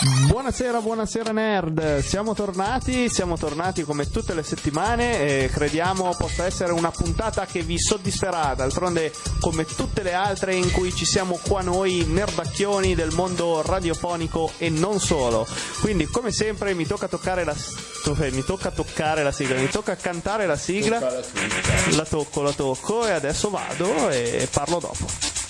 Buonasera nerd, siamo tornati come tutte le settimane e crediamo possa essere una puntata che vi soddisferà, d'altronde come tutte le altre in cui ci siamo qua noi nerdacchioni del mondo radiofonico e non solo. Quindi come sempre mi tocca cantare la sigla, la tocco e adesso vado e parlo dopo.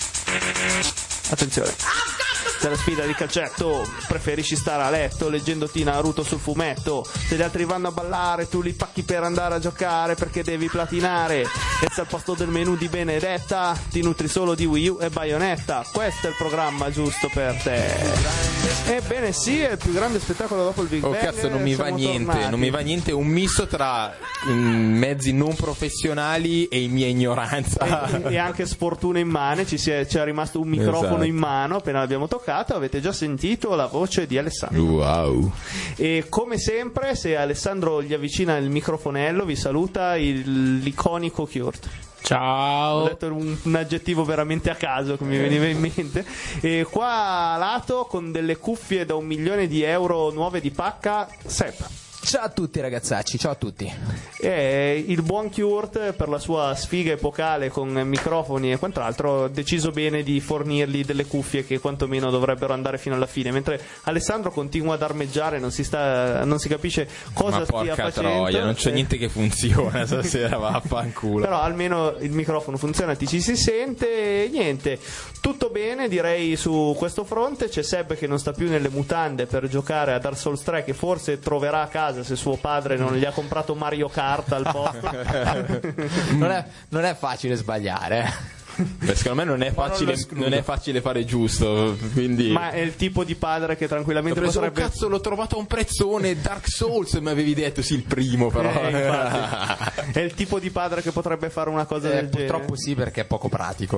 Attenzione. Della sfida di calcetto, preferisci stare a letto leggendoti Naruto sul fumetto. Se gli altri vanno a ballare tu li pacchi per andare a giocare perché devi platinare. E se al posto del menù di Benedetta ti nutri solo di Wii U e Bayonetta, questo è il programma giusto per te. Ebbene sì, è il più grande spettacolo dopo il Big Bang. Oh cazzo, non mi va niente, un misto tra mezzi non professionali e mia ignoranza e anche sfortuna immane. Ci è rimasto un microfono, esatto, in mano appena l'abbiamo toccato. Avete già sentito la voce di Alessandro. Wow. E come sempre, se Alessandro gli avvicina il microfonello, vi saluta l'iconico Kurt. Ciao. Ho detto un aggettivo veramente a caso che mi veniva in mente. E qua a lato, con delle cuffie da 1 milione di euro nuove di pacca, Sepp. Ciao a tutti ragazzacci, ciao a tutti. E il buon Kurt, per la sua sfiga epocale con microfoni e quant'altro, ha deciso bene di fornirgli delle cuffie che quantomeno dovrebbero andare fino alla fine, mentre Alessandro continua ad armeggiare, non si capisce cosa stia facendo. Troia, non c'è niente che funziona stasera, vaffanculo. Però almeno il microfono funziona, ti ci si sente e niente, tutto bene direi su questo fronte. C'è Seb che non sta più nelle mutande per giocare a Dark Souls 3, che forse troverà a casa se suo padre non gli ha comprato Mario Kart al posto. non è facile sbagliare. Beh, secondo me non è facile fare giusto, quindi... Ma è il tipo di padre che tranquillamente potrebbe... cazzo, l'ho trovato a un prezzone, Dark Souls, mi avevi detto, sì, il primo però. È il tipo di padre che potrebbe fare una cosa del genere. Purtroppo sì, perché è poco pratico.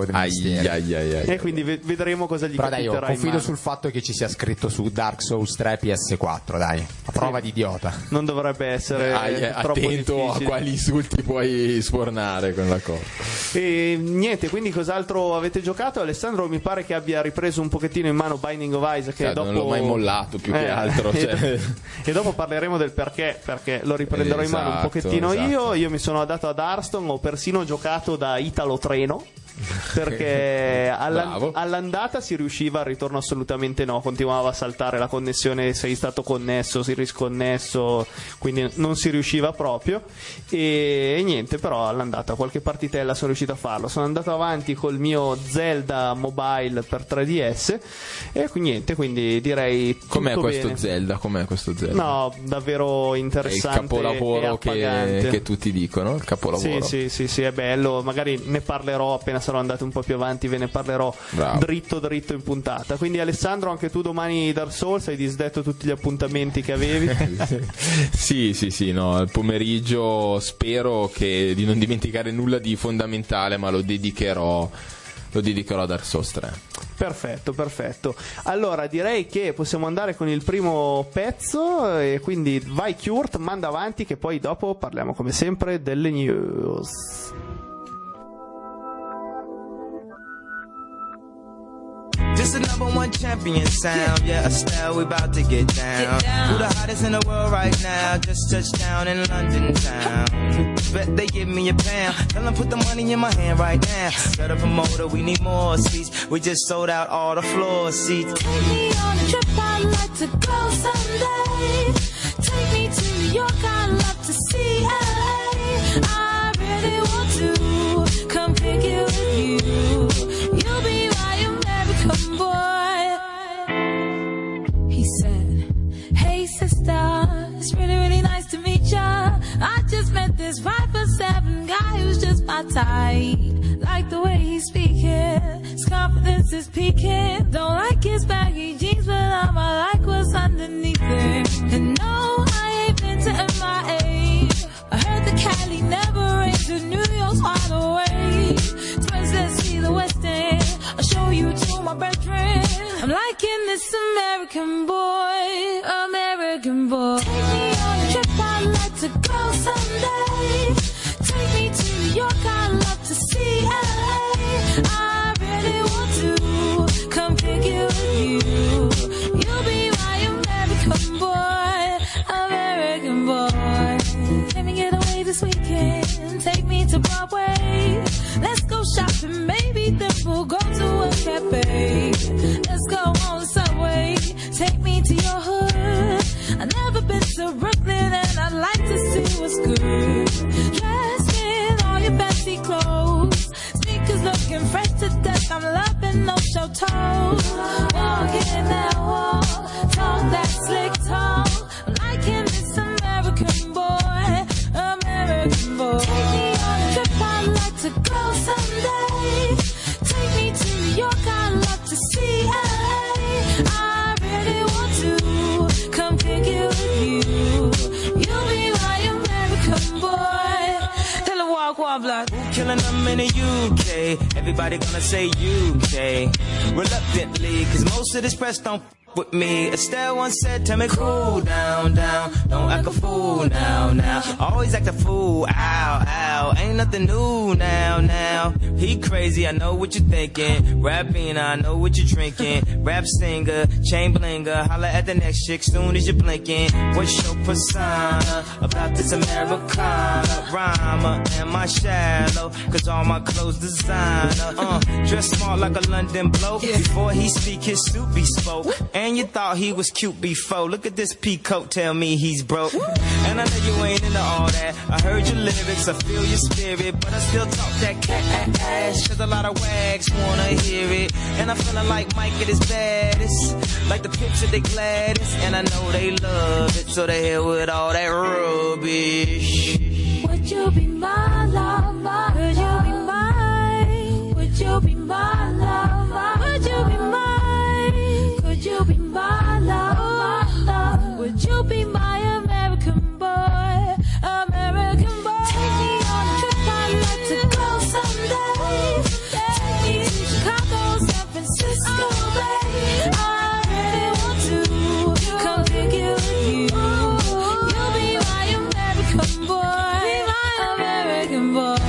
E quindi vedremo cosa gli capiterà. Però dai, io confido sul fatto che ci sia scritto su Dark Souls 3 PS4, dai, a prova di idiota. Non dovrebbe essere troppo attento difficile. A quali insulti puoi sfornare con la cosa. E niente, quindi cos'altro avete giocato? Alessandro mi pare che abbia ripreso un pochettino in mano Binding of Isaac, che dopo... non l'ho mai mollato più che altro, e dopo parleremo del perché lo riprenderò in mano un pochettino. Io mi sono adatto ad Hearthstone, ho persino giocato da Italo Treno, perché all'andata si riusciva, al ritorno assolutamente no, continuava a saltare la connessione, sei stato connesso, si risconnesso, quindi non si riusciva proprio e niente, però all'andata qualche partitella sono riuscito a farlo. Sono andato avanti col mio Zelda Mobile per 3DS e niente, quindi direi com'è questo bene. Zelda? No, davvero interessante, è il capolavoro che tutti dicono, il capolavoro. Sì, è bello, magari ne parlerò appena sarò andato un po' più avanti, ve ne parlerò. Bravo. dritto in puntata. Quindi Alessandro, anche tu domani Dark Souls, hai disdetto tutti gli appuntamenti che avevi? sì, no, al pomeriggio spero di non dimenticare nulla di fondamentale, ma lo dedicherò a Dark Souls 3. Perfetto. Allora direi che possiamo andare con il primo pezzo e quindi vai Kurt, manda avanti che poi dopo parliamo come sempre delle news. This is number one champion sound, yeah, Estelle, we about to get down. Who the hottest in the world right now? Just touched down in London town. Bet they give me a pound. Tell them put the money in my hand right now. Set up a motor, we need more seats. We just sold out all the floor seats. Take me on a trip, I'd like to go someday. Take me to New York, I'd love to see LA. I really want to come pick you with you. You'll be my American boy. He said, hey sister, it's really nice to meet ya. I just met this 5'7" guy who's just my type. Like the way he's speaking, his confidence is peaking. Don't like his baggy jeans, but I like what's underneath it. And no, I ain't been to MIA. I heard the Cali never rains, and New York's wide awake. Twins, let's see the West End. I'll show you to my bedroom. I'm liking this American boy. Take me on a trip, I'd like to go someday. Take me to New York, I'd love to see LA. I really want to come pick you with you. You'll be my American We'll go to a cafe. Let's go on the subway. Take me to your hood. I've never been to Brooklyn and I'd like to see what's good. Dressed in all your fancy clothes. Sneakers looking fresh to death. I'm loving no show toes. Walking that wall. Talk that slick talk. I'm liking this American boy. American boy. Take me on a trip. I'd like to go someday. Take me to New York. I'd love to see LA. I really want to come kick it with you. You'll be my American boy. Tell her walk, walk, block. Who killing them in the UK? Everybody gonna say UK. Reluctantly, cause most of this press don't with me. Estelle once said, tell me cool down, down. Don't act a fool now, now. Always act a fool, ow, ow. Ain't nothing new now, now. He crazy, I know what you're thinking. Rapping, I know what you're drinking. Rap singer, chain blinger. Holla at the next chick soon as you're blinking. What's your persona about this Americana? Rhymer, am I shallow? Cause all my clothes designer. Dress smart like a London bloke. Before he speak, his suit be spoke. And you thought he was cute before. Look at this peacoat, tell me he's broke. And I know you ain't into all that. I heard your lyrics, I feel your spirit. But I still talk that cat ass. Cause a lot of wags wanna hear it. And I'm feeling like Mike at his baddest. Like the pips at the gladdest. And I know they love it. So they hell with all that rubbish. Would you be my lover? Would you be mine? Would you be my lover? Would you be mine? Could you be my lover? Would you be my American boy? American boy. Take me on a trip, I'd like to go someday. Take me to Chicago, San Francisco Bay. I really want to come pick you with you. You'll be my American boy. Be my American boy.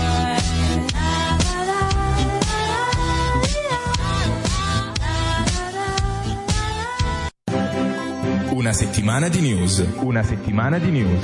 Una settimana di news. Una settimana di news.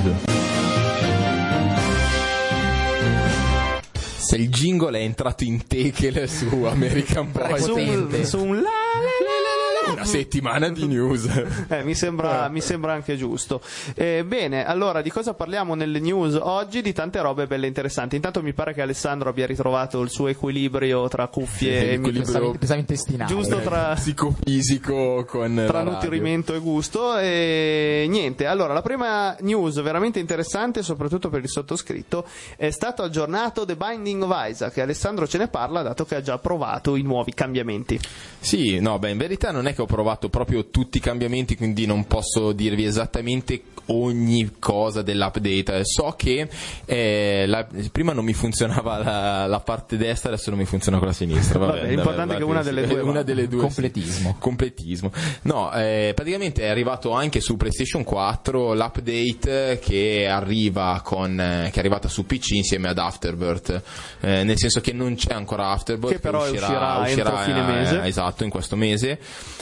Se il jingle è entrato in tekel su American Boy, su un una settimana di news. Mi sembra anche giusto. Bene, allora di cosa parliamo nelle news oggi? Di tante robe belle interessanti. Intanto mi pare che Alessandro abbia ritrovato il suo equilibrio tra cuffie e pesave intestinale, giusto, tra psicofisico con tra nutrimento e gusto. E niente, allora la prima news veramente interessante, soprattutto per il sottoscritto, è stato aggiornato The Binding of Isaac, e Alessandro ce ne parla dato che ha già provato i nuovi cambiamenti. Sì, no, beh, in verità non è che ho provato proprio tutti i cambiamenti, quindi non posso dirvi esattamente ogni cosa dell'update. So che prima non mi funzionava la parte destra, adesso non mi funziona quella sinistra. Vabbè, l'importante è che una delle due completismo. No, praticamente è arrivato anche su PlayStation 4 l'update che è arrivata su PC insieme ad Afterbirth, nel senso che non c'è ancora Afterbirth, che però uscirà entro fine mese. Esatto, in questo mese.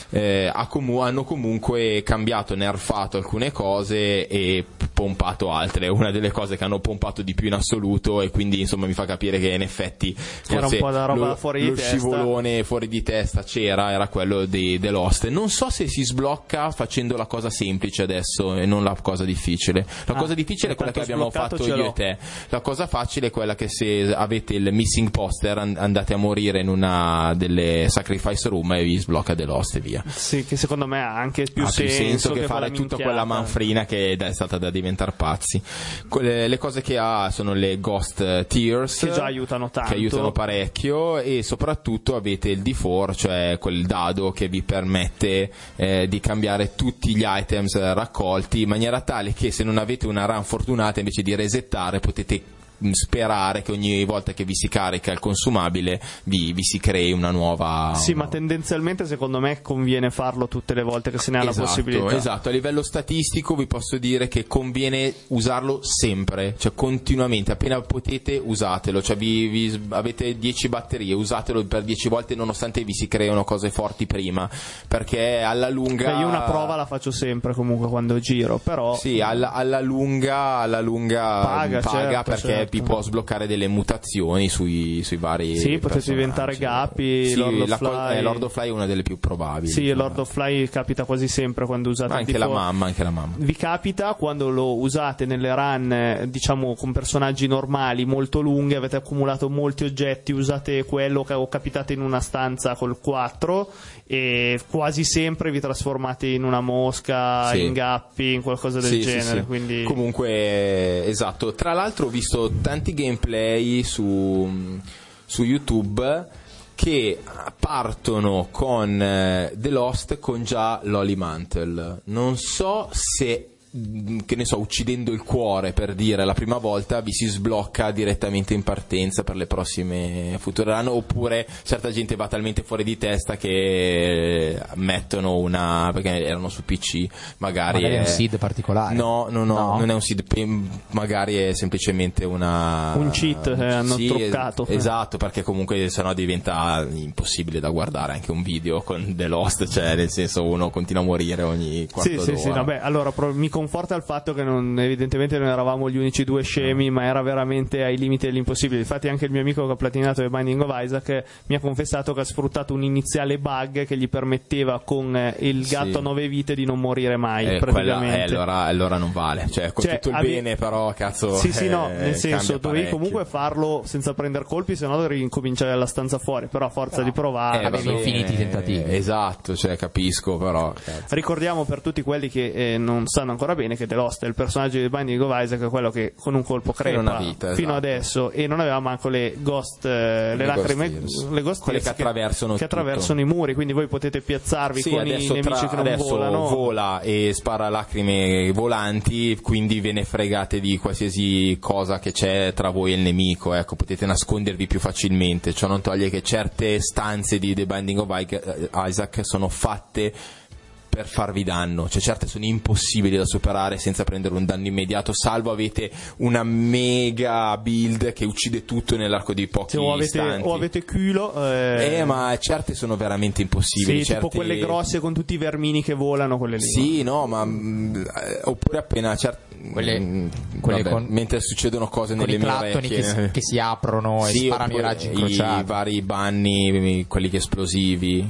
Hanno comunque cambiato, nerfato alcune cose e pompato altre. Una delle cose che hanno pompato di più in assoluto, e quindi insomma mi fa capire che in effetti c'era un po' da roba fuori di testa. Lo scivolone fuori di testa era quello di The Lost. Non so se si sblocca facendo la cosa semplice adesso e non la cosa difficile. La cosa difficile è quella che abbiamo fatto io e te. La cosa facile è quella che se avete il missing poster andate a morire in una delle sacrifice room e vi sblocca The Lost e via. Sì, che secondo me ha anche più senso che fare tutta quella manfrina che è stata da diventare pazzi. Le cose che ha sono le Ghost Tears, che già aiutano tanto, che aiutano parecchio, e soprattutto avete il D4, cioè quel dado che vi permette di cambiare tutti gli items raccolti in maniera tale che se non avete una run fortunata, invece di resettare potete sperare che ogni volta che vi si carica il consumabile vi si crei una nuova. Sì, ma tendenzialmente secondo me conviene farlo tutte le volte che se ne ha la possibilità. Esatto, a livello statistico vi posso dire che conviene usarlo sempre, cioè continuamente, appena potete usatelo, cioè avete 10 batterie, usatelo per 10 volte nonostante vi si creino cose forti prima, perché alla lunga. Io una prova la faccio sempre comunque quando giro, però sì, alla lunga paga certo, certo. perché vi può sbloccare delle mutazioni sui vari sì, potete diventare Guppy. Sì, Lord of Fly. Lord of Fly è una delle più probabili. Sì, Lord of Fly capita quasi sempre quando usate anche la mamma. Vi capita quando lo usate nelle run, diciamo, con personaggi normali molto lunghe, avete accumulato molti oggetti, usate quello o capitate in una stanza col 4 e quasi sempre vi trasformate in una mosca, in Guppy, in qualcosa del genere. Sì. Quindi... Comunque, esatto. Tra l'altro ho visto tanti gameplay su YouTube che partono con The Lost con già Loli Mantle. Non so se, che ne so, uccidendo il cuore, per dire, la prima volta vi si sblocca direttamente in partenza per le prossime future run, oppure certa gente va talmente fuori di testa che mettono una, perché erano su PC, magari è un seed particolare. No, non è un seed, magari è semplicemente un cheat, hanno truccato. Esatto, perché comunque sennò diventa impossibile da guardare anche un video con The Lost, cioè nel senso uno continua a morire ogni quarto d'ora. Sì, vabbè, allora mi conforta il fatto che evidentemente non eravamo gli unici due scemi, ma era veramente ai limiti dell'impossibile. Infatti anche il mio amico che ha platinato The Binding of Isaac mi ha confessato che ha sfruttato un iniziale bug che gli permetteva con il gatto a 9 vite di non morire mai, praticamente. Allora non vale, cioè con tutto il bene, però cazzo. Sì, no, nel senso dovevi comunque farlo senza prendere colpi, se no dovevi incominciare dalla stanza fuori, però a forza di provare avevi infiniti tentativi. Esatto, cioè capisco, però ricordiamo per tutti quelli che non sanno ancora bene che The Lost è il personaggio di The Binding of Isaac, è quello che con un colpo crepa una vita, fino adesso, e non aveva manco le ghost, le lacrime, le ghost quelle che attraversano i muri, quindi voi potete piazzarvi con i nemici che non volano. Vola e spara lacrime volanti, quindi ve ne fregate di qualsiasi cosa che c'è tra voi e il nemico, ecco, potete nascondervi più facilmente. Ciò non toglie che certe stanze di The Binding of Isaac sono fatte per farvi danno, cioè certe sono impossibili da superare senza prendere un danno immediato, salvo avete una mega build che uccide tutto nell'arco di pochi istanti. O avete culo, ma certe sono veramente impossibili. Sì, tipo quelle grosse con tutti i vermini che volano, quelle lì. Sì, no, ma oppure appena quelle mentre succedono cose con nelle mie orecchie che si aprono e sparano i raggi incrociati, i vari banni, quelli che esplosivi,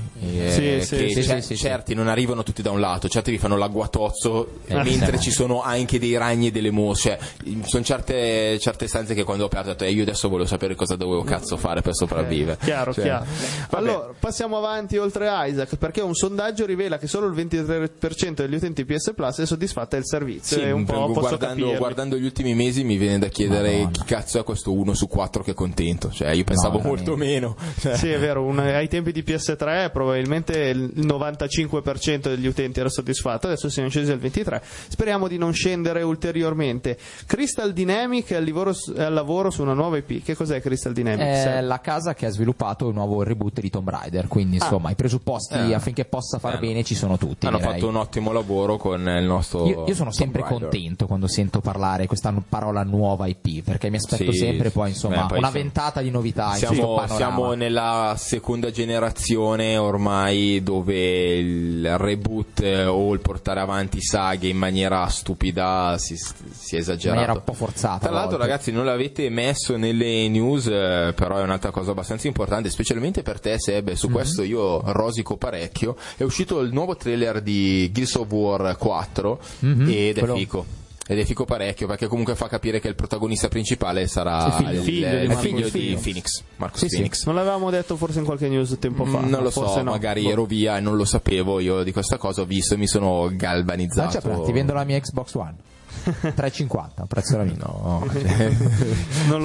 certi non arrivano tutti da un lato, certi vi fanno l'agguatozzo mentre ci sono anche dei ragni e delle mosche. Sono certe stanze che quando ho aperto ho detto io adesso volevo sapere cosa dovevo cazzo fare per sopravvivere. Chiaro. Allora passiamo avanti oltre Isaac, perché un sondaggio rivela che solo il 23% degli utenti PS Plus è soddisfatta del servizio. Sì, un po' guardando gli ultimi mesi mi viene da chiedere chi cazzo è questo 1 su 4 che è contento, cioè io pensavo molto meno. Sì, è vero, ai tempi di PS3 probabilmente il 95% degli utenti era soddisfatto, adesso siamo scesi al 23%, speriamo di non scendere ulteriormente. Crystal Dynamics è al lavoro su una nuova IP. Che cos'è Crystal Dynamics? È la casa che ha sviluppato il nuovo reboot di Tomb Raider, quindi insomma i presupposti affinché possa far bene ci sono tutti. Hanno fatto un ottimo lavoro con il nostro io sono sempre contento quando sento parlare questa parola nuova IP, perché mi aspetto sempre poi insomma una ventata di novità. Siamo nella seconda generazione ormai dove il reboot o il portare avanti saghe in maniera stupida si è esagerato, in maniera un po' forzata. Tra l'altro ragazzi, non l'avete messo nelle news, però è un'altra cosa abbastanza importante, specialmente per te Seb, su questo io rosico parecchio. È uscito il nuovo trailer di Gears of War 4 ed è fico. Ed è fico parecchio, perché comunque fa capire che il protagonista principale sarà il figlio di Phoenix, Marcus Phoenix. Non l'avevamo detto forse in qualche news tempo fa? Non lo so, magari ero via e non lo sapevo io di questa cosa, ho visto e mi sono galvanizzato. Ti vendo la mia Xbox One 3,50, prezzo da no, non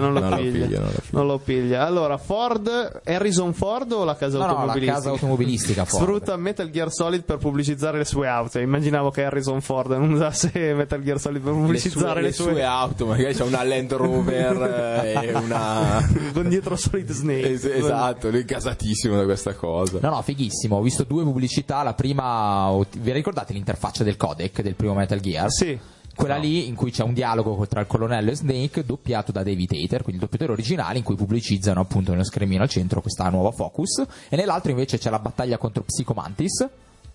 lo piglia. Allora, Harrison Ford o la casa automobilistica? La casa automobilistica Ford. Sfrutta Metal Gear Solid per pubblicizzare le sue auto. Immaginavo che Harrison Ford non usasse Metal Gear Solid per pubblicizzare le sue auto, magari c'è una Land Rover e una con dietro Solid Snake. Esatto, lui è gasatissimo da questa cosa. No, fighissimo. Ho visto 2 pubblicità. La prima, vi ricordate l'interfaccia del codec del primo Metal Gear? Sì. Quella lì in cui c'è un dialogo tra il colonnello e Snake doppiato da David Hayter, quindi il doppiatore originale, in cui pubblicizzano appunto nello schermino al centro questa nuova Focus, e nell'altro invece c'è la battaglia contro Psycho Mantis,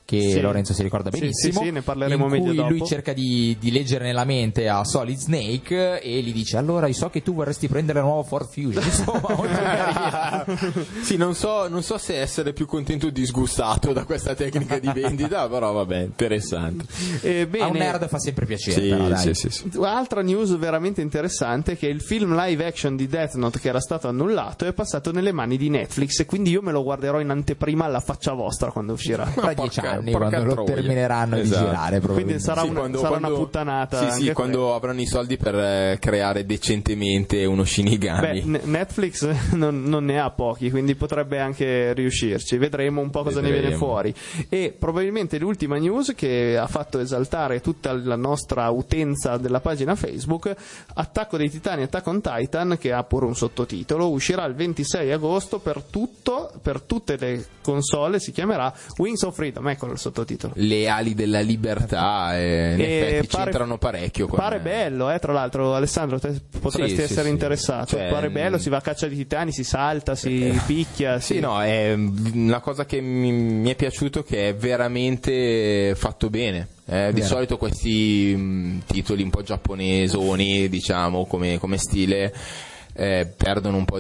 che Lorenzo si ricorda benissimo, sì, ne parleremo in meglio cui dopo. lui cerca di leggere nella mente a Solid Snake e gli dice: allora io so che tu vorresti prendere la nuova Ford Fusion. Insomma, sì, non so se essere più contento o disgustato da questa tecnica di vendita, però vabbè, interessante. A un nerd fa sempre piacere. Però, dai. Sì. Altra news veramente interessante, che il film live action di Death Note, che era stato annullato, è passato nelle mani di Netflix, e quindi io me lo guarderò in anteprima alla faccia vostra quando uscirà. Tra 10 anni, quando lo termineranno di girare, quindi sarà una puttanata. Sì, quando avranno i soldi per creare decentemente uno Shinigami. Beh, Netflix non ne ha pochi, quindi potrebbe anche riuscirci. Vedremo un po' cosa ne viene fuori. E probabilmente l'ultima news che ha fatto esaltare tutta la nostra utenza della pagina Facebook: Attacco dei Titani, Attack on Titan, che ha pure un sottotitolo, uscirà il 26 agosto per tutte le console, si chiamerà Wings of Freedom, eccolo il sottotitolo. Le ali della libertà, in effetti c'entrano parecchio. Pare bello, tra l'altro, Alessandro, te potresti essere interessato. Cioè, pare bello, si va a caccia di titani, si salta, si picchia. Sì, no, è una cosa che mi è piaciuto, che è veramente fatto bene. Di solito questi titoli un po' giapponesoni, diciamo, come stile, perdono un po'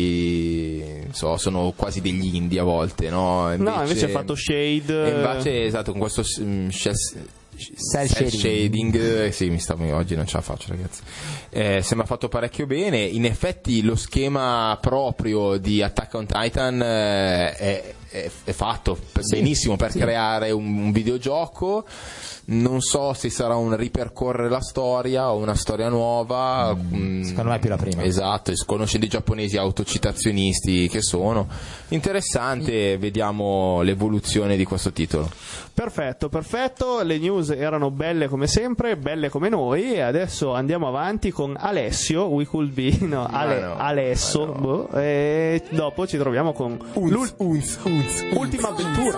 sono quasi degli indie a volte, no? Invece ha fatto Shade. Invece, esatto, con questo cell shading, sì, oggi non ce la faccio, ragazzi. Sembra fatto parecchio bene. In effetti lo schema proprio di Attack on Titan è fatto benissimo per creare un videogioco. Non so se sarà un ripercorrere la storia o una storia nuova. Secondo me è più la prima. Esatto, conoscendo i giapponesi autocitazionisti che sono. Interessante, vediamo l'evoluzione di questo titolo. Perfetto, le news erano belle come sempre, belle come noi, e adesso andiamo avanti con Alessio, We Could Be, Alesso, e dopo ci troviamo con l'ultima avventura.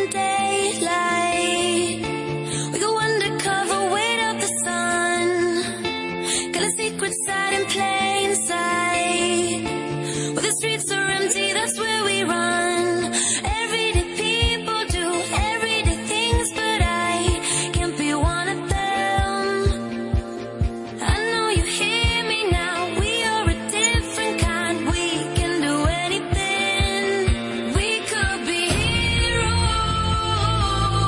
Secret side in plain sight. Where the streets are empty, that's where we run. Everyday people do everyday things, but I can't be one of them. I know you hear me now, we are a different kind. We can do anything. We could be heroes.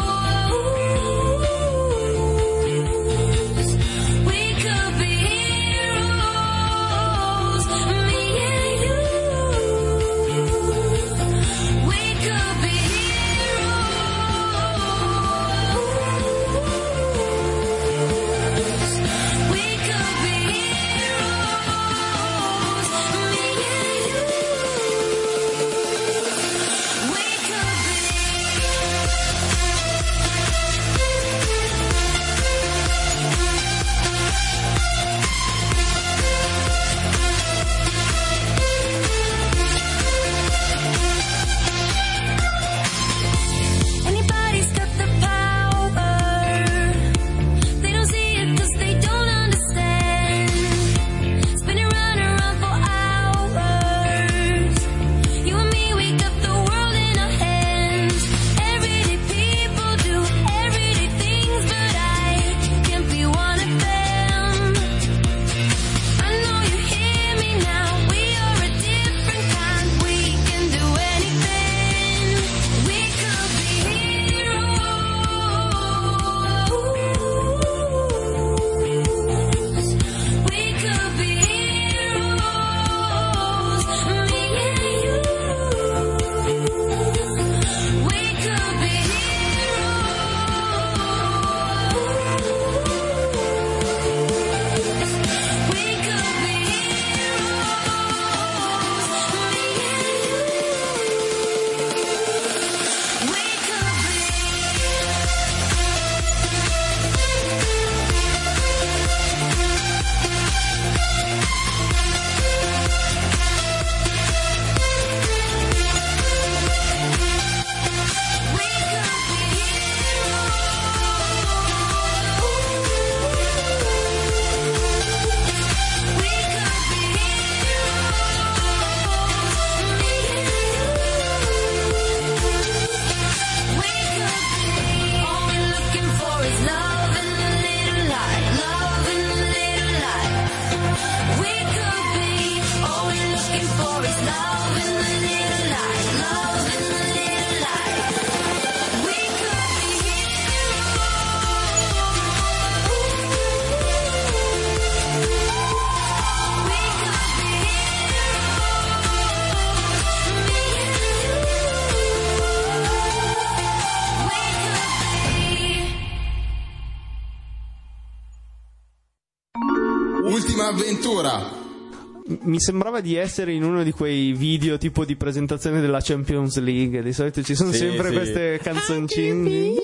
ultima avventura. Mi sembrava di essere in uno di quei video tipo di presentazione della Champions League. Di solito ci sono sempre queste canzoncine.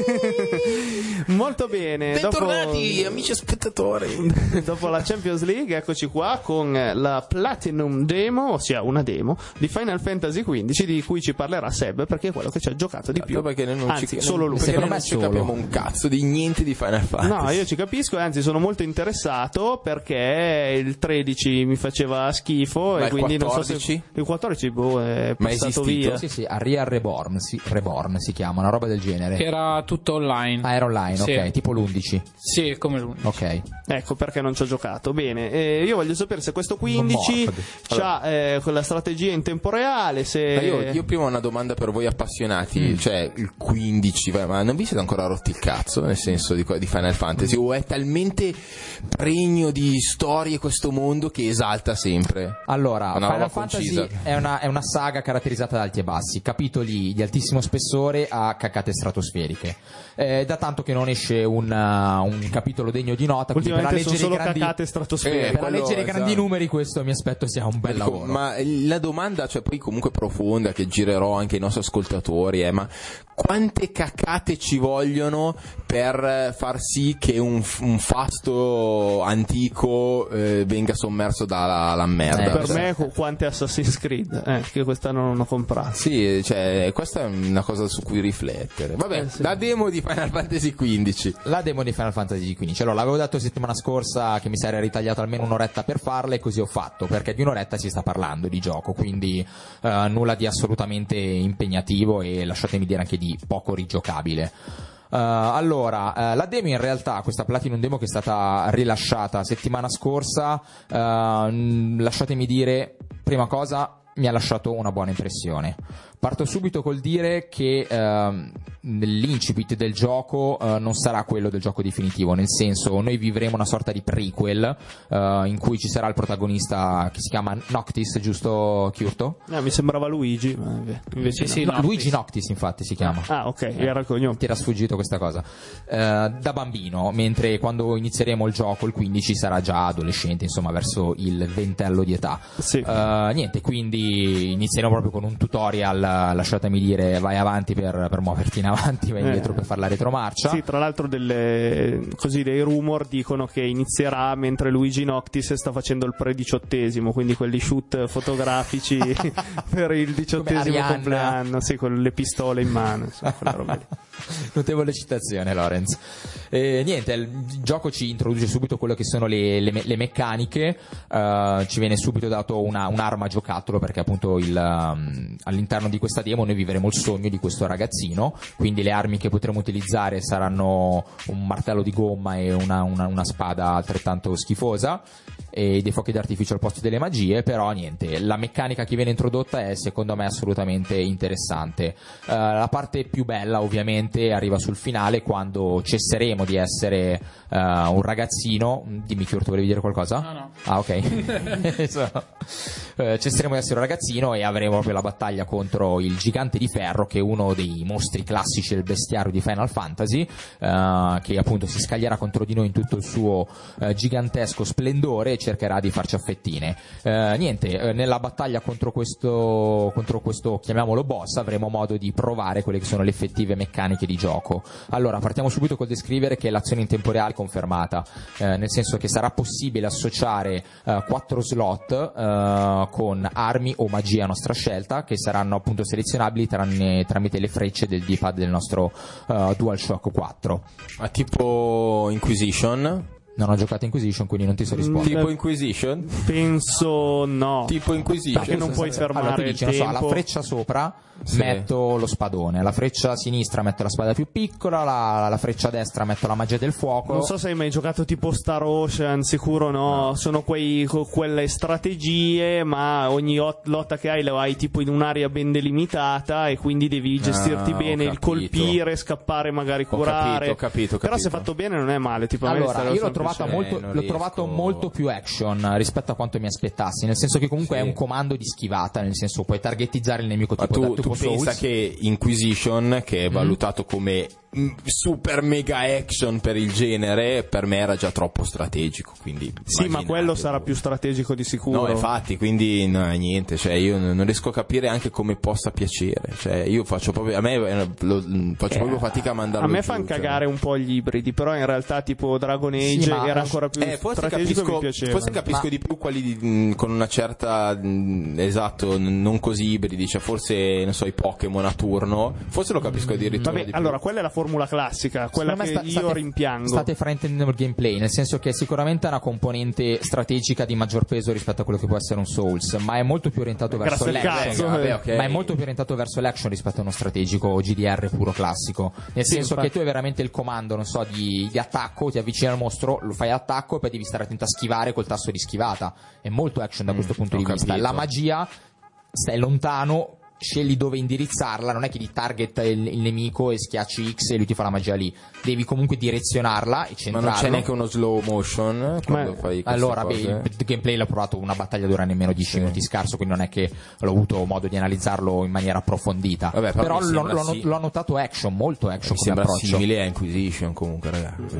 Molto bene. Bentornati amici spettatori. Dopo la Champions League, eccoci qua con la Platinum Demo, ossia una demo di Final Fantasy XV, di cui ci parlerà Seb, perché è quello che ci ha giocato di più. Perché noi non anzi, solo lui. Secondo me non ci capiamo un cazzo di niente di Final Fantasy. No, io ci capisco, anzi sono molto interessato perché il 13 mi faceva schifo. Ma e il quindi 14? non so se il 14 è Ma è passato esistito? via. Sì, Aria Reborn si chiama, una roba del genere. Che era tutto online. Ah, era online, Sì. ok, tipo l'11. Sì, come l'11. Ok. Ecco perché non ci ho giocato. Bene, io voglio sapere se questo 15 c'ha quella strategia in tempo reale. Se... Ma io prima ho una domanda per voi appassionati, cioè il 15, ma non vi siete ancora rotti il cazzo nel senso di Final Fantasy? O è talmente pregno di storie questo mondo che esalta sempre? Allora, Una Final roba Fantasy concisa. è una saga caratterizzata da alti e bassi, capitoli di altissimo spessore a cacate stratosferiche. Da tanto che non esce un capitolo degno di nota, quindi per ultimamente sono leggere solo grandi, cacate stratosferiche. per quello, leggere i grandi esatto. numeri, questo mi aspetto sia un bel lavoro. Ma la domanda, cioè poi comunque profonda, che girerò anche ai nostri ascoltatori, è: ma quante cacate ci vogliono per far sì che un fasto antico venga sommerso dalla merda? Per me quante Assassin's Creed che quest'anno non ho comprato. Sì, cioè questa è una cosa su cui riflettere. Vabbè, Sì. la demo di Final Fantasy XV. La demo di Final Fantasy XV, allora l'avevo detto settimana scorsa che mi sarei ritagliato almeno un'oretta per farla, e così ho fatto, perché di un'oretta si sta parlando di gioco, quindi nulla di assolutamente impegnativo e lasciatemi dire anche di poco rigiocabile. Allora, la demo in realtà, questa Platinum Demo che è stata rilasciata settimana scorsa, lasciatemi dire, prima cosa, mi ha lasciato una buona impressione. Parto subito col dire che l'incipit del gioco non sarà quello del gioco definitivo, nel senso, noi vivremo una sorta di prequel in cui ci sarà il protagonista che si chiama Noctis, giusto Chiurto? Mi sembrava Luigi, ma invece Sì, no. no. Luigi Noctis infatti si chiama. Ah, ok, era il cognome. Ti era sfuggito questa cosa. Da bambino, mentre quando inizieremo il gioco il 15 sarà già adolescente, insomma verso il ventello di età. Sì. Niente, quindi inizieremo proprio con un tutorial, lasciatemi dire, vai avanti per muoverti in avanti, vai indietro per fare la retromarcia. Sì, tra l'altro dei rumor dicono che inizierà mentre Luigi Noctis sta facendo il pre-18esimo, quindi quelli shoot fotografici per il 18esimo compleanno, sì, con le pistole in mano, insomma, quella roba lì. Notevole citazione, Lorenz. Niente, il gioco ci introduce subito quello che sono le meccaniche. Ci viene subito dato un'arma giocattolo, perché appunto all'interno di questa demo noi vivremo il sogno di questo ragazzino, quindi le armi che potremo utilizzare saranno un martello di gomma e una spada altrettanto schifosa, e dei fuochi d'artificio al posto delle magie. Però niente, la meccanica che viene introdotta è secondo me assolutamente interessante. La parte più bella ovviamente arriva sul finale, quando cesseremo di essere un ragazzino. Dimmi, Chiurto, volevi dire qualcosa? No. Ah, ok. Cesseremo di essere un ragazzino e avremo proprio la battaglia contro il gigante di ferro, che è uno dei mostri classici del bestiario di Final Fantasy, che appunto si scaglierà contro di noi in tutto il suo gigantesco splendore e cercherà di farci a fettine. Niente, nella battaglia contro questo, chiamiamolo boss, avremo modo di provare quelle che sono le effettive meccaniche di gioco. Allora, partiamo subito col descrivere che l'azione in tempo reale è confermata, nel senso che sarà possibile associare 4 slot con armi o magie a nostra scelta, che saranno appunto selezionabili tramite le frecce del D-pad del nostro DualShock 4. Ma tipo Inquisition? Non ho giocato Inquisition, quindi non ti so rispondere. Tipo Inquisition? Penso no. Tipo Inquisition? Perché non puoi fermare allora, ti il dici, non so, tempo. alla freccia sopra Sì. metto lo spadone, alla freccia sinistra metto la spada più piccola, la freccia destra metto la magia del fuoco. Non so se hai mai giocato tipo Star Ocean, sicuro no. Sono quelle strategie, ma ogni lotta che hai la hai tipo in un'area ben delimitata, e quindi devi gestirti bene il colpire, scappare, magari curare. Ho capito. Però se fatto bene non è male. Tipo, a me Allora, Star io Ocean l'ho trovata piace. l'ho trovato molto più action rispetto a quanto mi aspettassi, nel senso che comunque è un comando di schivata, nel senso puoi targettizzare il nemico Ma tipo tu Souls. pensa che Inquisition, che è valutato come super mega action per il genere, per me era già troppo strategico, quindi sì, ma quello sarà più strategico di sicuro. No, infatti, quindi no, niente, cioè io non riesco a capire anche come possa piacere, cioè io faccio proprio, a me faccio proprio fatica a mandarlo a me giù, fanno cagare un po' gli ibridi, però in realtà tipo Dragon Age era ancora più strategico, mi piaceva. Forse capisco di più quelli con una certa esatto, non così ibridi, cioè forse non so i Pokémon a turno, forse lo capisco addirittura. Vabbè, allora quella è la formula classica, quella che io rimpiango. State fraintendendo il gameplay, nel senso che sicuramente è una componente strategica di maggior peso rispetto a quello che può essere un Souls, ma è molto più orientato verso l'action. Okay. Ma è molto più orientato verso l'action rispetto a uno strategico GDR puro classico, nel senso che tu hai veramente il comando, non so, di attacco, ti avvicini al mostro, lo fai attacco e poi devi stare attento a schivare col tasto di schivata. È molto action da questo punto di vista. La magia stai lontano, scegli dove indirizzarla, non è che ti target il nemico e schiacci X e lui ti fa la magia lì, devi comunque direzionarla e centrarlo. Ma non c'è neanche uno slow motion quando fai queste allora cose? il gameplay l'ho provato, una battaglia dura nemmeno 10 minuti scarso, quindi non è che l'ho avuto modo di analizzarlo in maniera approfondita. Vabbè, però l'ho notato action, molto action mi come sembra approccio. simile a Inquisition comunque, ragazzi.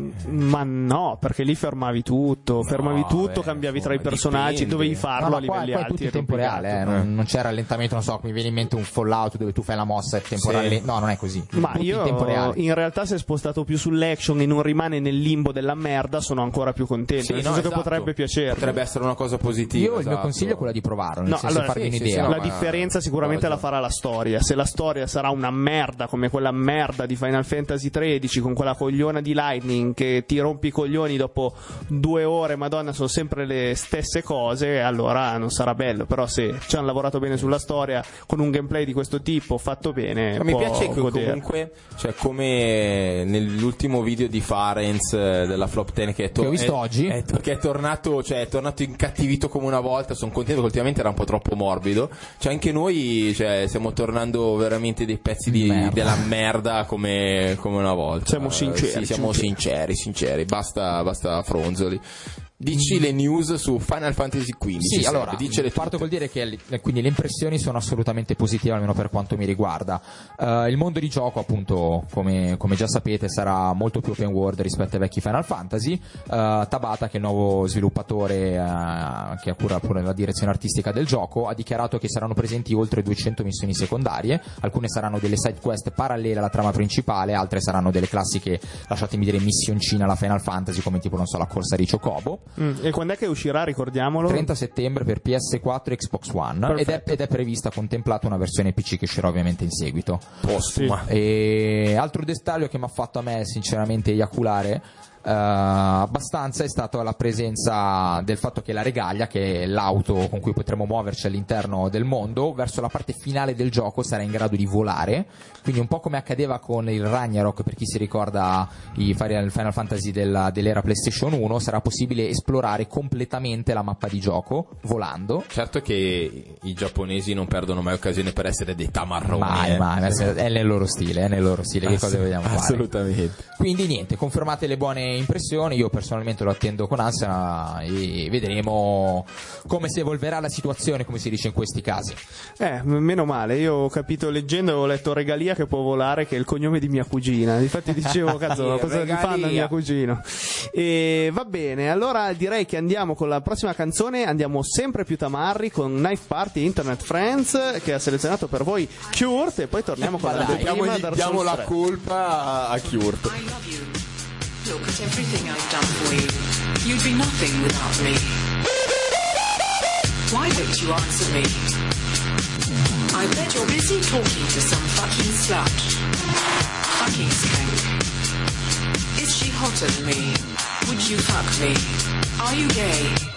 Ma no, perché lì fermavi tutto, cambiavi tra i personaggi, dovevi farlo a livelli qua è alti, tutto in tempo reale, non c'è rallentamento, non so, mi viene in mente un Fallout dove tu fai la mossa e tempo no, non è così. Ma io in realtà se è spostato più sull'action e non rimane nel limbo della merda, sono ancora più contento, nel senso che potrebbe piacere, potrebbe essere una cosa positiva. Io il mio consiglio è quello di provarlo, nel senso farvi un'idea. La differenza sicuramente la farà la storia. Se la storia sarà una merda come quella merda di Final Fantasy XIII con quella cogliona di Lightning che ti rompi i coglioni dopo 2 ore, madonna, sono sempre le stesse cose, allora non sarà bello. Però se ci hanno lavorato bene sulla storia con un gameplay di questo tipo fatto bene, mi piace che comunque, cioè, come nell'ultimo video di Farenz della Flop 10 che ho visto oggi, che è tornato incattivito come una volta. Sono contento, che ultimamente era un po' troppo morbido, cioè anche noi, cioè, stiamo tornando veramente dei pezzi della merda come una volta. Siamo sinceri, siamo sinceri, basta fronzoli. Dici le news su Final Fantasy XV. Sì, allora parto col dire che quindi le impressioni sono assolutamente positive, almeno per quanto mi riguarda. Il mondo di gioco, appunto, come già sapete, sarà molto più open world rispetto ai vecchi Final Fantasy. Tabata, che è il nuovo sviluppatore che ha cura pure la direzione artistica del gioco, ha dichiarato che saranno presenti oltre 200 missioni secondarie. Alcune saranno delle side quest parallele alla trama principale, altre saranno delle classiche, lasciatemi dire, missioncine alla Final Fantasy, come tipo, non so, la corsa di Chocobo. E quando è che uscirà, ricordiamolo? 30 settembre per PS4 e Xbox One, ed è prevista, contemplata una versione PC che uscirà ovviamente in seguito. Postuma. E altro dettaglio che mi ha fatto a me sinceramente eiaculare abbastanza è stata la presenza del fatto che la Regaglia, che è l'auto con cui potremo muoverci all'interno del mondo, verso la parte finale del gioco sarà in grado di volare, quindi un po' come accadeva con il Ragnarok, per chi si ricorda i Final Fantasy dell'era PlayStation 1, sarà possibile esplorare completamente la mappa di gioco volando. Certo che i giapponesi non perdono mai occasione per essere dei tamarroni. Mai, è nel loro stile, che cosa vogliamo fare? Assolutamente. Quindi niente, confermate le buone impressioni, io personalmente lo attendo con ansia e vedremo come si evolverà la situazione, come si dice in questi casi. Meno male, io ho capito leggendo, avevo letto Regalia che può volare, che è il cognome di mia cugina, infatti dicevo cazzo, cosa gli fanno a mio cugino. E va bene, allora direi che andiamo con la prossima canzone, andiamo sempre più tamarri con Knife Party Internet Friends, che ha selezionato per voi Kurt, e poi torniamo con la prima. Diamo la colpa a Kurt. Look at everything I've done for you. You'd be nothing without me. Why don't you answer me? I bet you're busy talking to some fucking slut. Fucking skank. Is she hotter than me? Would you fuck me? Are you gay?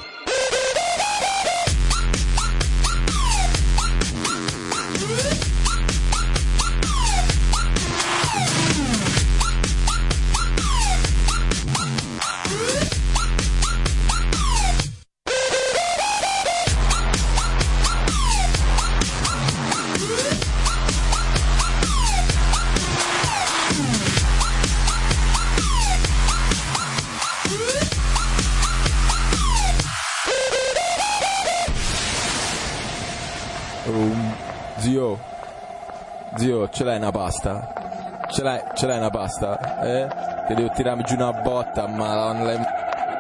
Zio, ce l'hai una pasta? Ce l'hai una pasta? Che devo tirarmi giù una botta, ma non l'hai...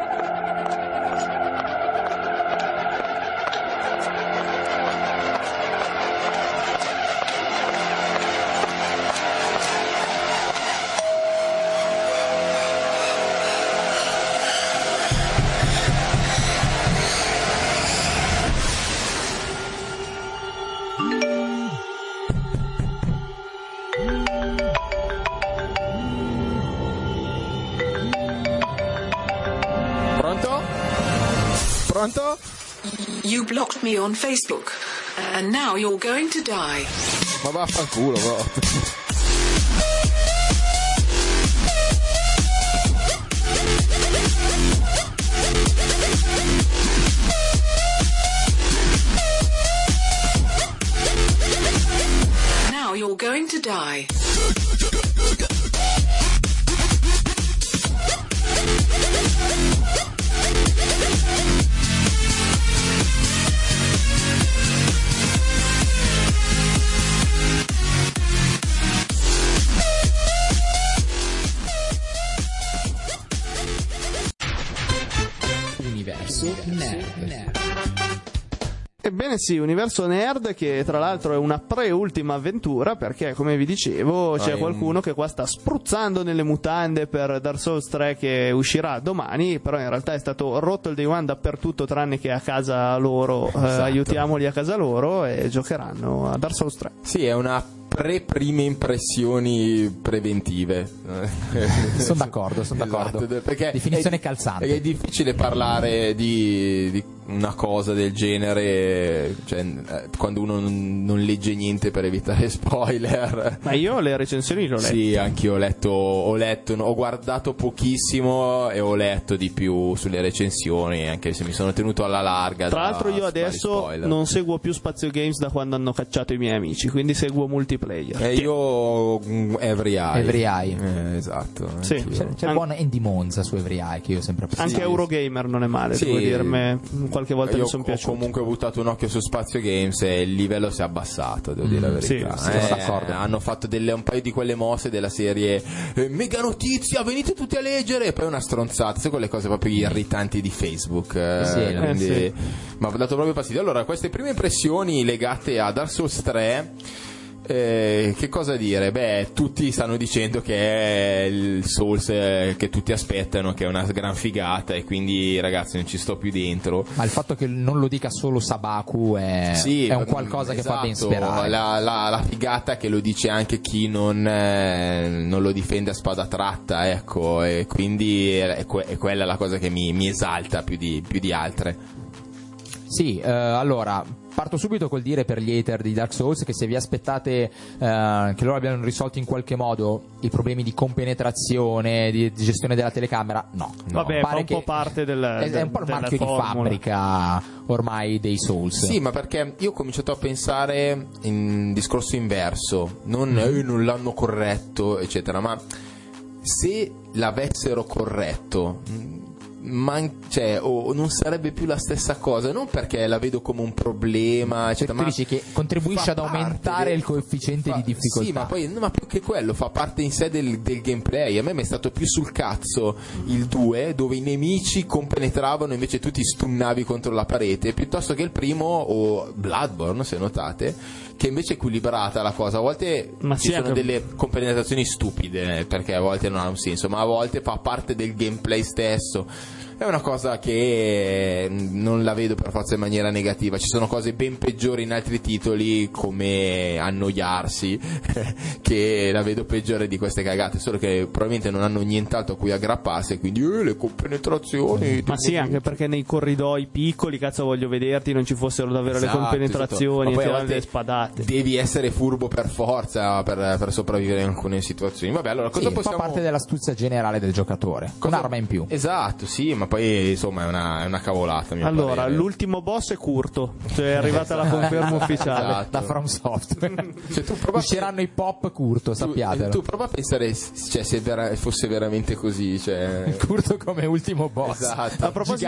Pronto? You blocked me on Facebook, and now you're going to die. Ma vaffanculo, bro. Now you're going to die. Ebbene sì, Universo Nerd, che tra l'altro è una pre-ultima avventura, perché come vi dicevo c'è qualcuno che qua sta spruzzando nelle mutande per Dark Souls 3 che uscirà domani, però in realtà è stato rotto il day one dappertutto tranne che a casa loro. Esatto. Aiutiamoli a casa loro e giocheranno a Dark Souls 3. Sì, è una prime impressioni preventive. Sono d'accordo. Esatto, perché definizione calzante. Perché è difficile parlare di una cosa del genere, cioè, quando uno non legge niente per evitare spoiler. Ma io le recensioni le ho lette. Sì, anch'io ho guardato pochissimo e ho letto di più sulle recensioni, anche se mi sono tenuto alla larga. Tra l'altro io adesso non seguo più Spazio Games da quando hanno cacciato i miei amici, quindi seguo multiplayer. Io Every Eye. Esatto. Sì. C'è il buon Andy Monza su Every Eye che io ho sempre apprezzato. Anche Eurogamer non è male, sì, devo dirmi, qualche volta mi sono piaciuto. Io comunque ho buttato un occhio su Spazio Games e il livello si è abbassato, devo dire la verità. Sì, sono d'accordo. Hanno fatto un paio di quelle mosse della serie mega notizia, venite tutti a leggere, e poi una stronzata, sai, quelle cose proprio irritanti di Facebook. Quindi sì. mi ha dato proprio fastidio. Allora, queste prime impressioni legate a Dark Souls 3, che cosa dire? Beh, tutti stanno dicendo che è il Souls che tutti aspettano, che è una gran figata, e quindi ragazzi non ci sto più dentro. Ma il fatto che non lo dica solo Sabaku è un qualcosa che fa ben sperare. La figata che lo dice anche chi non lo difende a spada tratta, ecco, e quindi è quella la cosa che mi esalta più di altre. Sì, allora parto subito col dire per gli hater di Dark Souls che se vi aspettate che loro abbiano risolto in qualche modo i problemi di compenetrazione, di gestione della telecamera, no. Vabbè, fa un po' parte è un po' il marchio di fabbrica ormai dei Souls. Sì, ma perché io ho cominciato a pensare in discorso inverso, non l'hanno corretto, eccetera, ma se l'avessero corretto, non sarebbe più la stessa cosa, non perché la vedo come un problema, eccetera, ma tu dici che contribuisce ad aumentare il coefficiente di difficoltà. Sì, ma più che quello fa parte in sé del gameplay. A me mi è stato più sul cazzo il 2, dove i nemici compenetravano invece tu ti stunnavi contro la parete, piuttosto che il primo, o Bloodborne, se notate, che invece è equilibrata la cosa. A volte ci sono delle compenetrazioni stupide, perché a volte non ha un senso, ma a volte fa parte del gameplay stesso. È una cosa che non la vedo per forza in maniera negativa. Ci sono cose ben peggiori in altri titoli, come annoiarsi, che la vedo peggiore di queste cagate, solo che probabilmente non hanno nient'altro a cui aggrapparsi, e quindi le compenetrazioni. Ma sì, anche perché nei corridoi piccoli, cazzo voglio vederti, non ci fossero davvero le compenetrazioni, esatto. E tirare le spadate. Devi essere furbo per forza per sopravvivere in alcune situazioni. Vabbè, allora cosa possiamo... fa parte dell'astuzia generale del giocatore, un'arma in più. Esatto, sì, ma poi insomma è una cavolata. Allora, l'ultimo boss è Curto, cioè è arrivata la conferma ufficiale. Esatto. Da From Software. Cioè, usciranno i pop Curto, sappiatelo. Tu prova a pensare, cioè, se fosse veramente così, cioè... Curto come ultimo boss. Esatto.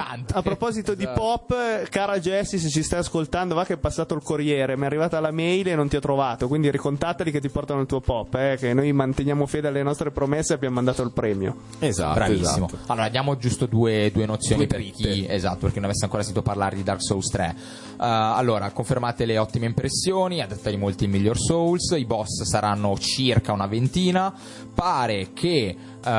A proposito di pop, cara Jessie, se ci stai ascoltando, va che è passato il corriere, mi è arrivata la mail e non ti ho trovato, quindi ricontattali che ti portano il tuo pop, che noi manteniamo fede alle nostre promesse e abbiamo mandato il premio. Esatto. Bravissimo. Esatto. Allora, diamo giusto due nozioni per dritte. chi, esatto, perché non avesse ancora sentito parlare di Dark Souls 3. Allora, confermate le ottime impressioni, a detta di molti il miglior Souls, i boss saranno circa una ventina, pare che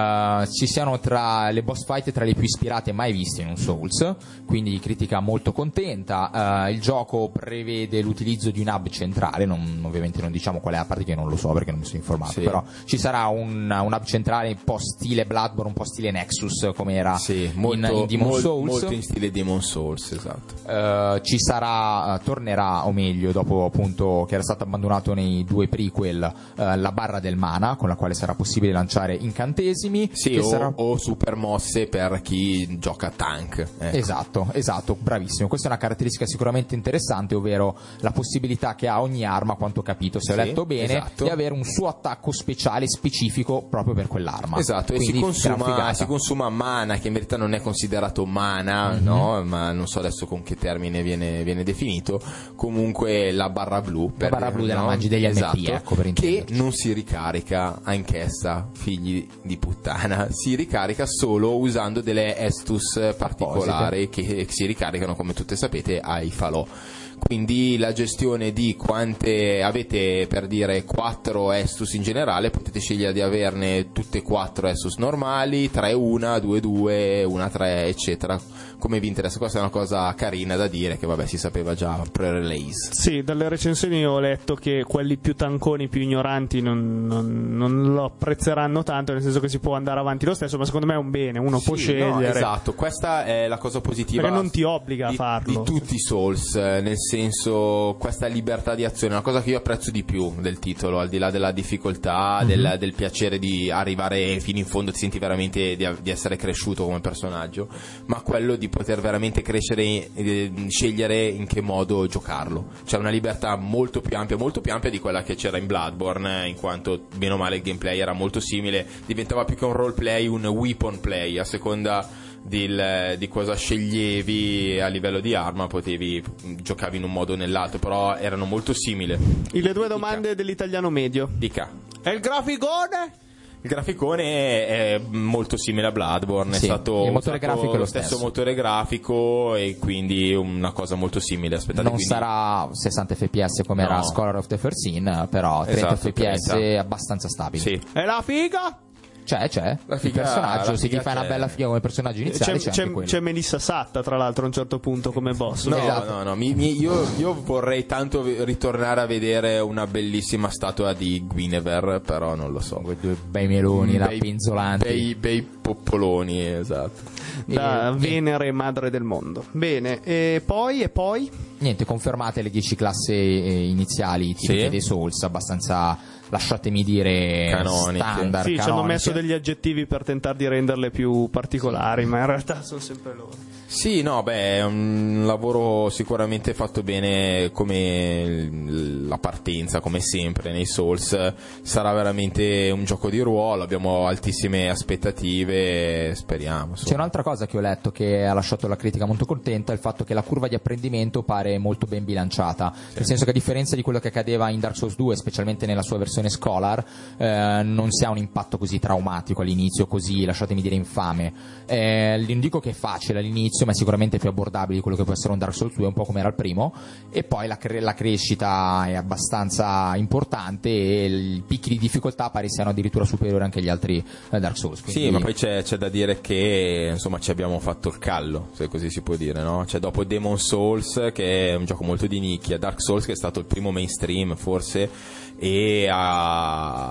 ci siano tra le boss fight tra le più ispirate mai viste in un Souls, quindi critica molto contenta. Il gioco prevede l'utilizzo di un hub centrale, ovviamente non diciamo qual è, a parte che non lo so perché non mi sono informato, però ci sarà un hub centrale un po' stile Bloodborne, un po' stile Nexus come era in Demon Souls, molto in stile Demon Souls, esatto. Ci sarà, tornerà, o meglio, dopo appunto che era stato abbandonato nei 2 prequel, la barra del mana con la quale sarà possibile lanciare incantesimi. Sì, o super mosse per chi gioca tank. Ecco. Esatto, bravissimo. Questa è una caratteristica sicuramente interessante, ovvero la possibilità che ha ogni arma, a quanto ho capito, se ho letto bene, esatto, di avere un suo attacco speciale specifico proprio per quell'arma. Esatto, quindi e si consuma mana, che in verità non è considerato mana, no? Ma non so adesso con che termine viene definito. Comunque la barra blu. La barra blu della Mangi degli esatto, MP, ecco, per che non si ricarica anch'essa, figli di puttana, si ricarica solo usando delle Estus particolari che si ricaricano, come tutte sapete, ai falò. Quindi la gestione di quante avete, per dire 4 Estus in generale, potete scegliere di averne tutte 4 Estus normali, 3 1, 2 2, 1 3, eccetera, come vi interessa. Questa è una cosa carina da dire, che vabbè si sapeva già pre-release. Sì, dalle recensioni ho letto che quelli più tanconi, più ignoranti non lo apprezzeranno tanto, nel senso che si può andare avanti lo stesso, ma secondo me è un bene, uno può scegliere. No, esatto, questa è la cosa positiva, perché non ti obbliga a farlo, di tutti i Souls, nel senso, questa libertà di azione è una cosa che io apprezzo di più del titolo, al di là della difficoltà, del piacere di arrivare fino in fondo, ti senti veramente di essere cresciuto come personaggio, ma quello di poter veramente crescere, scegliere in che modo giocarlo. C'è una libertà molto più ampia di quella che c'era in Bloodborne, in quanto bene o male il gameplay era molto simile, diventava più che un roleplay un weapon play, a seconda di cosa sceglievi a livello di arma, giocavi in un modo o nell'altro, però erano molto simili. Le 2 domande dell'italiano medio. Dica. E il graficone? Il graficone è molto simile a Bloodborne, sì, è stato il motore grafico è lo stesso motore grafico, e quindi una cosa molto simile. Aspettate, non sarà 60 fps come era Scholar of the First Sin, però 30 fps è abbastanza stabile. Sì. E la figa? C'è il personaggio, se ti fai una bella figa come personaggio iniziale c'è Melissa Satta, tra l'altro, a un certo punto come boss. No, io vorrei tanto ritornare a vedere una bellissima statua di Guinevere, però non lo so. Quei 2 bei meloni pinzolanti, bei poppoloni, esatto. Da Venere, madre del mondo. Bene, e poi? Niente, confermate le 10 classi iniziali tipiche dei Souls, abbastanza, lasciatemi dire, canoniche. Standard. Sì, ci hanno messo degli aggettivi per tentare di renderle più particolari, ma in realtà sono sempre loro. Sì, no, è un lavoro sicuramente fatto bene, come la partenza, come sempre nei Souls. Sarà veramente un gioco di ruolo, abbiamo altissime aspettative, speriamo. C'è un'altra cosa che ho letto che ha lasciato la critica molto contenta, il fatto che la curva di apprendimento pare molto ben bilanciata, nel senso che a differenza di quello che accadeva in Dark Souls 2, specialmente nella sua versione Scholar, non si ha un impatto così traumatico all'inizio, così, lasciatemi dire, infame. Non dico che è facile all'inizio, ma è sicuramente più abbordabile di quello che può essere un Dark Souls 2, un po' come era il primo, e poi la crescita è abbastanza importante e i picchi di difficoltà pare siano addirittura superiori anche agli altri Dark Souls. Quindi... Sì, ma poi c'è da dire che insomma ci abbiamo fatto il callo, se così si può dire, no? Cioè, dopo Demon Souls, che è un gioco molto di nicchia, Dark Souls, che è stato il primo mainstream forse, e ha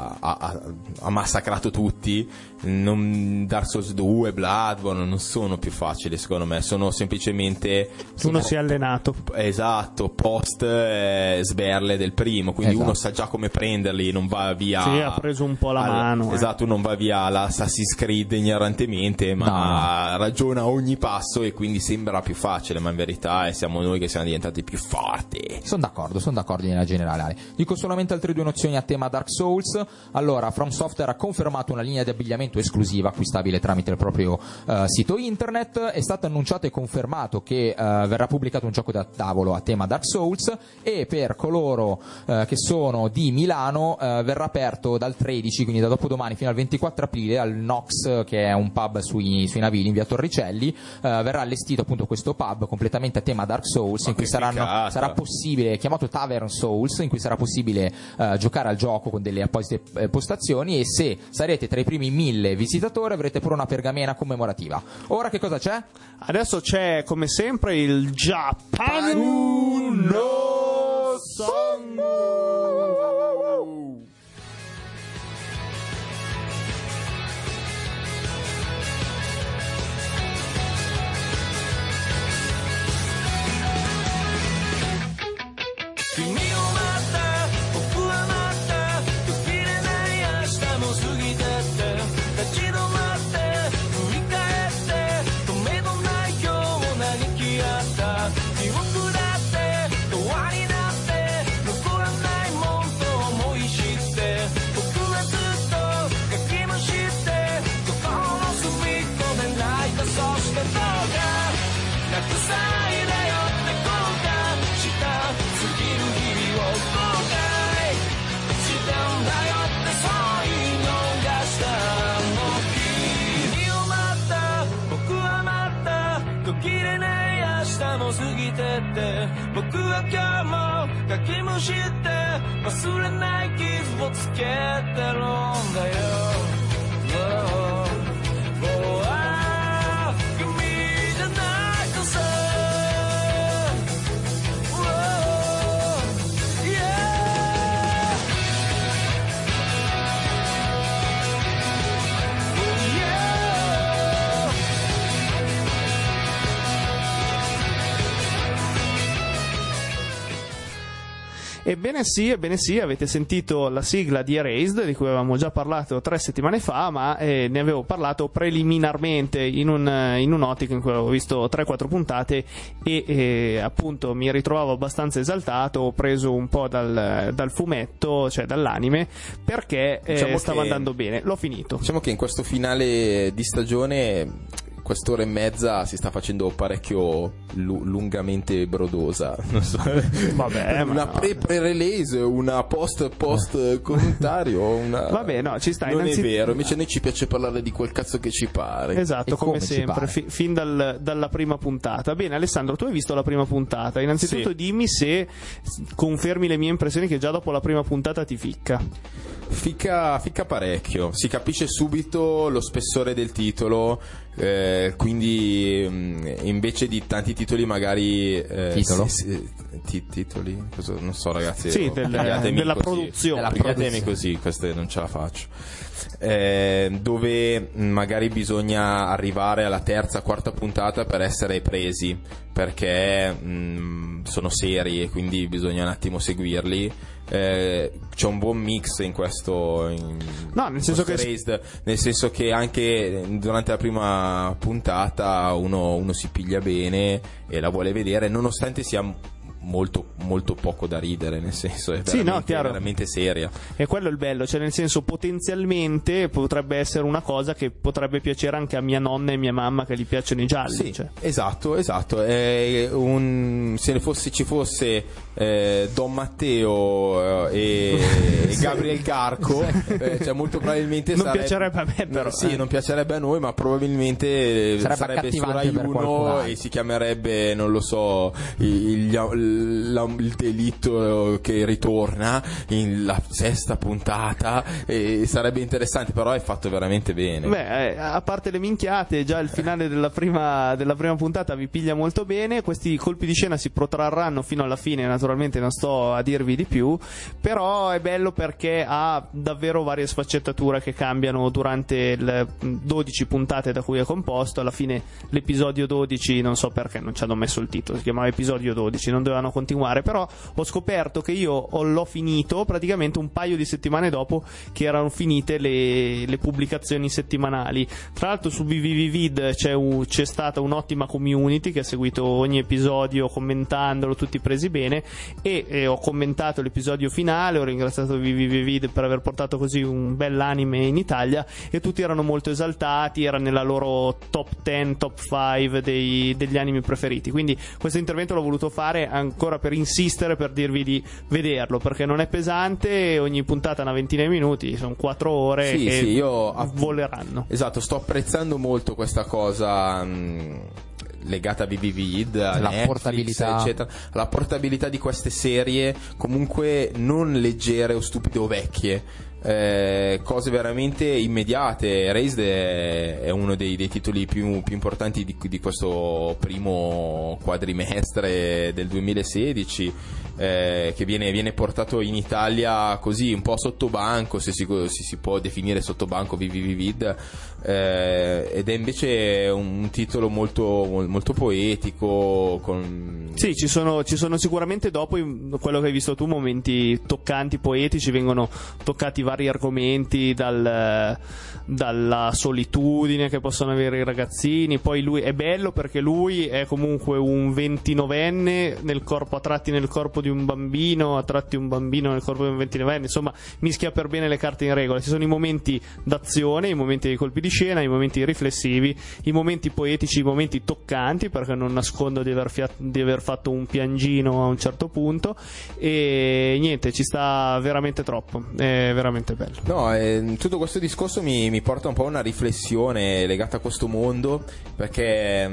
ha massacrato tutti. Dark Souls 2, Bloodborne non sono più facili secondo me, sono semplicemente uno si è allenato, esatto, post sberle del primo, quindi uno sa già come prenderli, non va via, sì, ha preso un po' la mano, esatto, non va via l'Assassin's Creed ignorantemente, ma ragiona a ogni passo e quindi sembra più facile, ma in verità siamo noi che siamo diventati più forti. Sono d'accordo in linea generale. Dico solamente altre due nozioni a tema Dark Souls. Allora, From Software ha confermato una linea di abbigliamento esclusiva acquistabile tramite il proprio sito internet. È stato annunciato e confermato che verrà pubblicato un gioco da tavolo a tema Dark Souls, e per coloro che sono di Milano verrà aperto dal 13, quindi da dopodomani, fino al 24 aprile al Nox, che è un pub sui Navili in via Torricelli. Verrà allestito appunto questo pub completamente a tema Dark Souls, in cui sarà possibile, chiamato Tavern Souls, in cui sarà possibile giocare al gioco con delle apposite postazioni, e se sarete tra i primi 1000 visitatori avrete pure una pergamena commemorativa. Ora che cosa c'è? Adesso c'è come sempre il Japanuno Song. Ebbene sì, avete sentito la sigla di Erased, di cui avevamo già parlato 3 settimane fa, ma ne avevo parlato preliminarmente in un'ottica in cui avevo visto 3-4 puntate e appunto mi ritrovavo abbastanza esaltato. Ho preso un po' dal fumetto, cioè dall'anime, perché stava andando bene. L'ho finito. Diciamo che in questo finale di stagione quest'ora e mezza si sta facendo parecchio lungamente brodosa, non so. Vabbè, una pre-release, una post commentario, vabbè, no, ci sta. Non è vero, invece a noi ci piace parlare di quel cazzo che ci pare. Esatto, come sempre, fin dalla prima puntata. Bene, Alessandro, tu hai visto la prima puntata. Innanzitutto sì. Dimmi se confermi le mie impressioni che già dopo la prima puntata ti ficca. Ficca parecchio, si capisce subito lo spessore del titolo, quindi invece di tanti titoli magari titoli? Cosa, non so ragazzi, sì, della produzione, pigliatemi così, queste non ce la faccio, dove magari bisogna arrivare alla terza, quarta puntata per essere presi, perché sono seri e quindi bisogna un attimo seguirli. C'è un buon mix in questo, nel senso che anche durante la prima puntata uno si piglia bene e la vuole vedere, nonostante sia molto molto poco da ridere, nel senso è veramente seria. E quello è il bello, cioè nel senso potenzialmente potrebbe essere una cosa che potrebbe piacere anche a mia nonna e mia mamma, che gli piacciono i gialli. Sì, cioè. esatto. Se ci fosse Don Matteo e Gabriel Garco, cioè molto probabilmente non piacerebbe a me, però. Sì, non piacerebbe a noi, ma probabilmente sarebbe su Rai 1 e si chiamerebbe, non lo so, il delitto che ritorna in la sesta puntata, e sarebbe interessante, però è fatto veramente bene. Beh, a parte le minchiate, già il finale della prima puntata vi piglia molto bene. Questi colpi di scena si protrarranno fino alla fine, naturalmente non sto a dirvi di più, però è bello perché ha davvero varie sfaccettature che cambiano durante le 12 puntate da cui è composto. Alla fine l'episodio 12, non so perché non ci hanno messo il titolo, si chiamava episodio 12, non dovevano continuare, però ho scoperto che io l'ho finito praticamente un paio di settimane dopo che erano finite le pubblicazioni settimanali. Tra l'altro su VVVvid c'è stata un'ottima community che ha seguito ogni episodio commentandolo, tutti presi bene, e ho commentato l'episodio finale, ho ringraziato VVVvid per aver portato così un bell'anime in Italia, e tutti erano molto esaltati, era nella loro top 10, top 5 degli anime preferiti. Quindi questo intervento l'ho voluto fare ancora per insistere, per dirvi di vederlo, perché non è pesante, ogni puntata una ventina di minuti, sono 4 ore io voleranno. Esatto, sto apprezzando molto questa cosa legata a VVVid, a la Netflix, portabilità, eccetera, la portabilità di queste serie comunque non leggere o stupide o vecchie, cose veramente immediate. Raised è uno dei titoli più importanti di questo primo quadrimestre del 2016, che viene portato in Italia così un po' sottobanco, se si può definire sottobanco VVVid, ed è invece un titolo molto, molto poetico, sì, ci sono sicuramente, dopo quello che hai visto tu, momenti toccanti, poetici, vengono toccati vari argomenti, dalla solitudine che possono avere i ragazzini. Poi lui è bello perché lui è comunque un 29enne a tratti nel corpo di un bambino, a tratti un bambino nel corpo di un 29enne, insomma mischia per bene le carte in regola. Ci sono i momenti d'azione, i momenti dei colpi di scena, i momenti riflessivi, i momenti poetici, i momenti toccanti, perché non nascondo di aver fatto un piangino a un certo punto, e niente, ci sta veramente troppo, è veramente bello. No, tutto questo discorso mi porta un po' a una riflessione legata a questo mondo, perché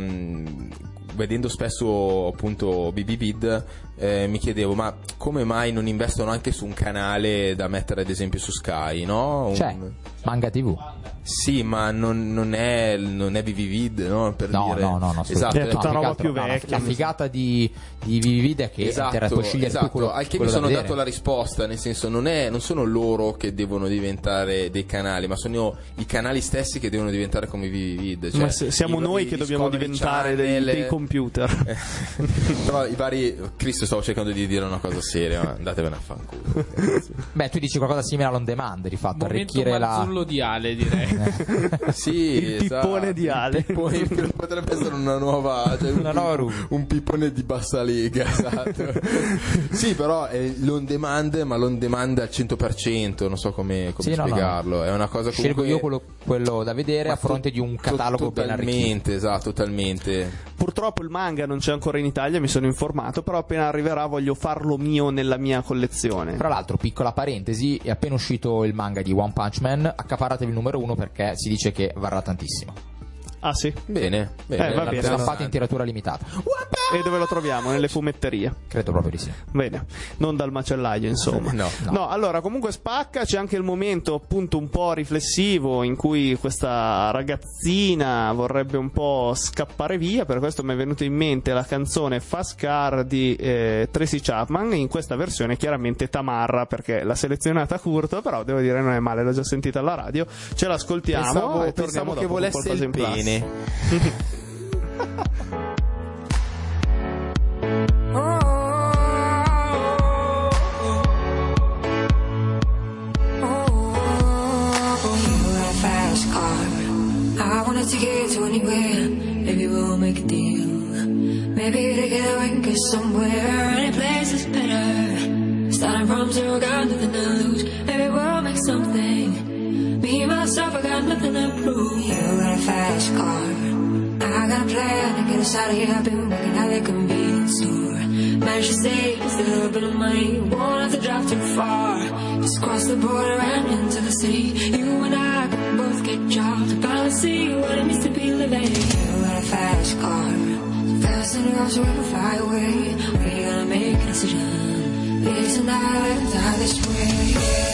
vedendo spesso appunto VVVid, mi chiedevo, ma come mai non investono anche su un canale da mettere ad esempio su Sky, no? Manga TV. Sì, ma non è VVVid, no? Per dire. No, esatto, è tutta roba più vecchia. La figata di VVVid è che puoi scegliere tu quello, al che mi sono dato la risposta, nel senso non sono loro che devono diventare dei canali, ma sono i canali stessi che devono diventare come VVVid, cioè, ma siamo noi che dobbiamo diventare dei computer. Però i vari, Cristo, stavo cercando di dire una cosa seria, ma andatevene a fanculo. Beh, tu dici qualcosa simile all'on demand, di fatto, arricchire Marzullo di Ale, direi. Sì, il pippone di Ale. Potrebbe essere una nuova, un pippone di bassa lega, esatto. Sì, però è l'on demand, ma l'on demand al 100%, non so come spiegarlo. No. È una cosa comunque... Scelgo io quello da vedere a fronte di un catalogo ben arricchito. Esatto, totalmente. Purtroppo il manga non c'è ancora in Italia, mi sono informato, però appena arriverà voglio farlo mio nella mia collezione. Tra l'altro, piccola parentesi, è appena uscito il manga di One Punch Man, accaparatevi il numero 1 perché si dice che varrà tantissimo. Ah sì? Bene. Va bene. Stampate in tiratura limitata. E dove lo troviamo? Nelle fumetterie? Credo proprio di sì. Bene, non dal macellaio, insomma. No, allora comunque spacca. C'è anche il momento appunto un po' riflessivo in cui questa ragazzina vorrebbe un po' scappare via. Per questo mi è venuta in mente la canzone Fast Car di Tracy Chapman, in questa versione chiaramente tamarra, perché l'ha selezionata Curto, però devo dire non è male, l'ho già sentita alla radio. Ce l'ascoltiamo e torniamo dopo che volesse il bene. To get to anywhere, maybe we'll make a deal. Maybe together we can get somewhere. Any place is better. Starting from zero, got nothing to lose. Maybe we'll make something. Me, myself, I got nothing to prove. You got a fast car. I got a plan to get us out of here. I've been working at the convenience store. Managed to save just a little bit of money. Won't have to drive too far. Just cross the border and into the city. You and I can both get jobs. Finally see what it means to be living. You got a fast car. So fast and you're also gonna fly away. What are you gonna make decision. Live tonight, die this way.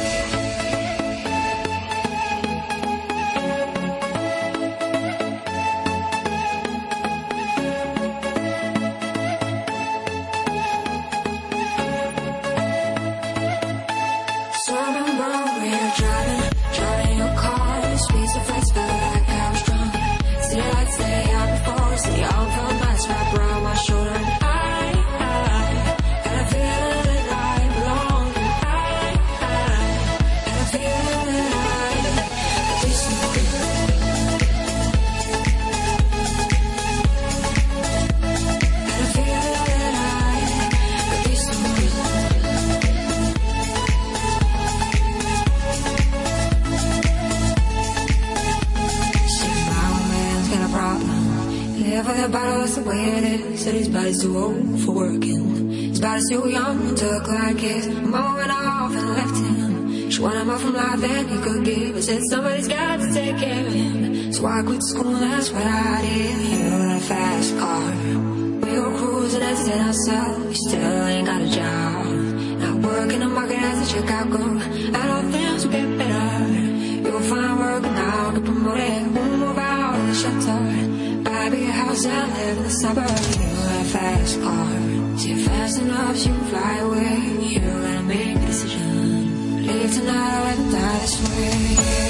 Said his body's too old for working. His body's too young, took like his mom went off and left him. She wanted more from life than he could give. I said somebody's got to take care of him. So I quit school, that's what I did. You got a fast car. We go cruising and set ourselves. We still ain't got a job. Not working the market as a checkout girl. I don't think will get better. You'll find work now, get promoted. We'll move out of the shelter. Buy a big house and live in the suburbs. You got a fast car. See it fast enough, you can fly away. You gotta make a decision. Live tonight or let die this way.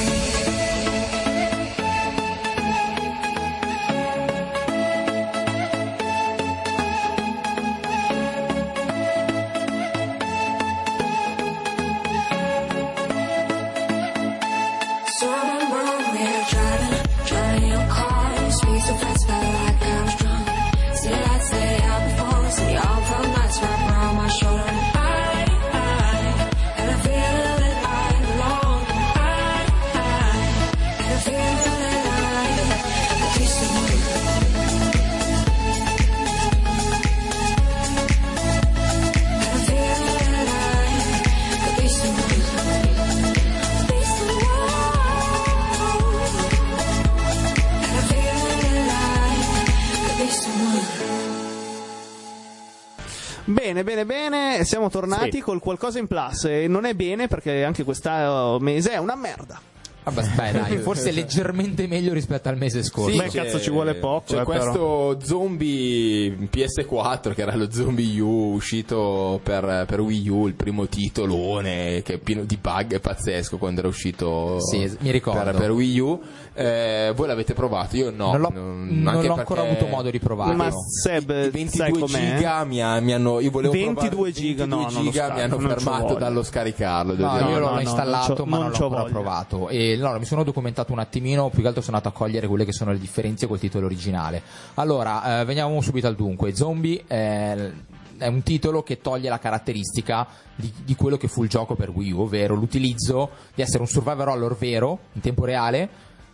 Bene, siamo tornati col qualcosa in plus e non è bene perché anche questo mese è una merda. Beh, dai, forse leggermente meglio rispetto al mese scorso. Sì, cazzo, ci vuole poco. C'è questo Zombie PS4 che era lo Zombie U uscito per Wii U, il primo titolone che è pieno di bug pazzesco quando era uscito. Sì, mi ricordo. Per Wii U. Voi l'avete provato? Io no. Non l'ho ancora avuto modo di provarlo. Ma Seb, 22 giga mi hanno. Io volevo 22 giga, no, giga mi hanno fermato dallo scaricarlo. No, io l'ho installato, ma non l'ho ancora provato. E mi sono documentato un attimino, più che altro sono andato a cogliere quelle che sono le differenze col titolo originale. Allora, veniamo subito al dunque. Zombie è un titolo che toglie la caratteristica di quello che fu il gioco per Wii U, ovvero l'utilizzo di essere un survival horror vero, in tempo reale,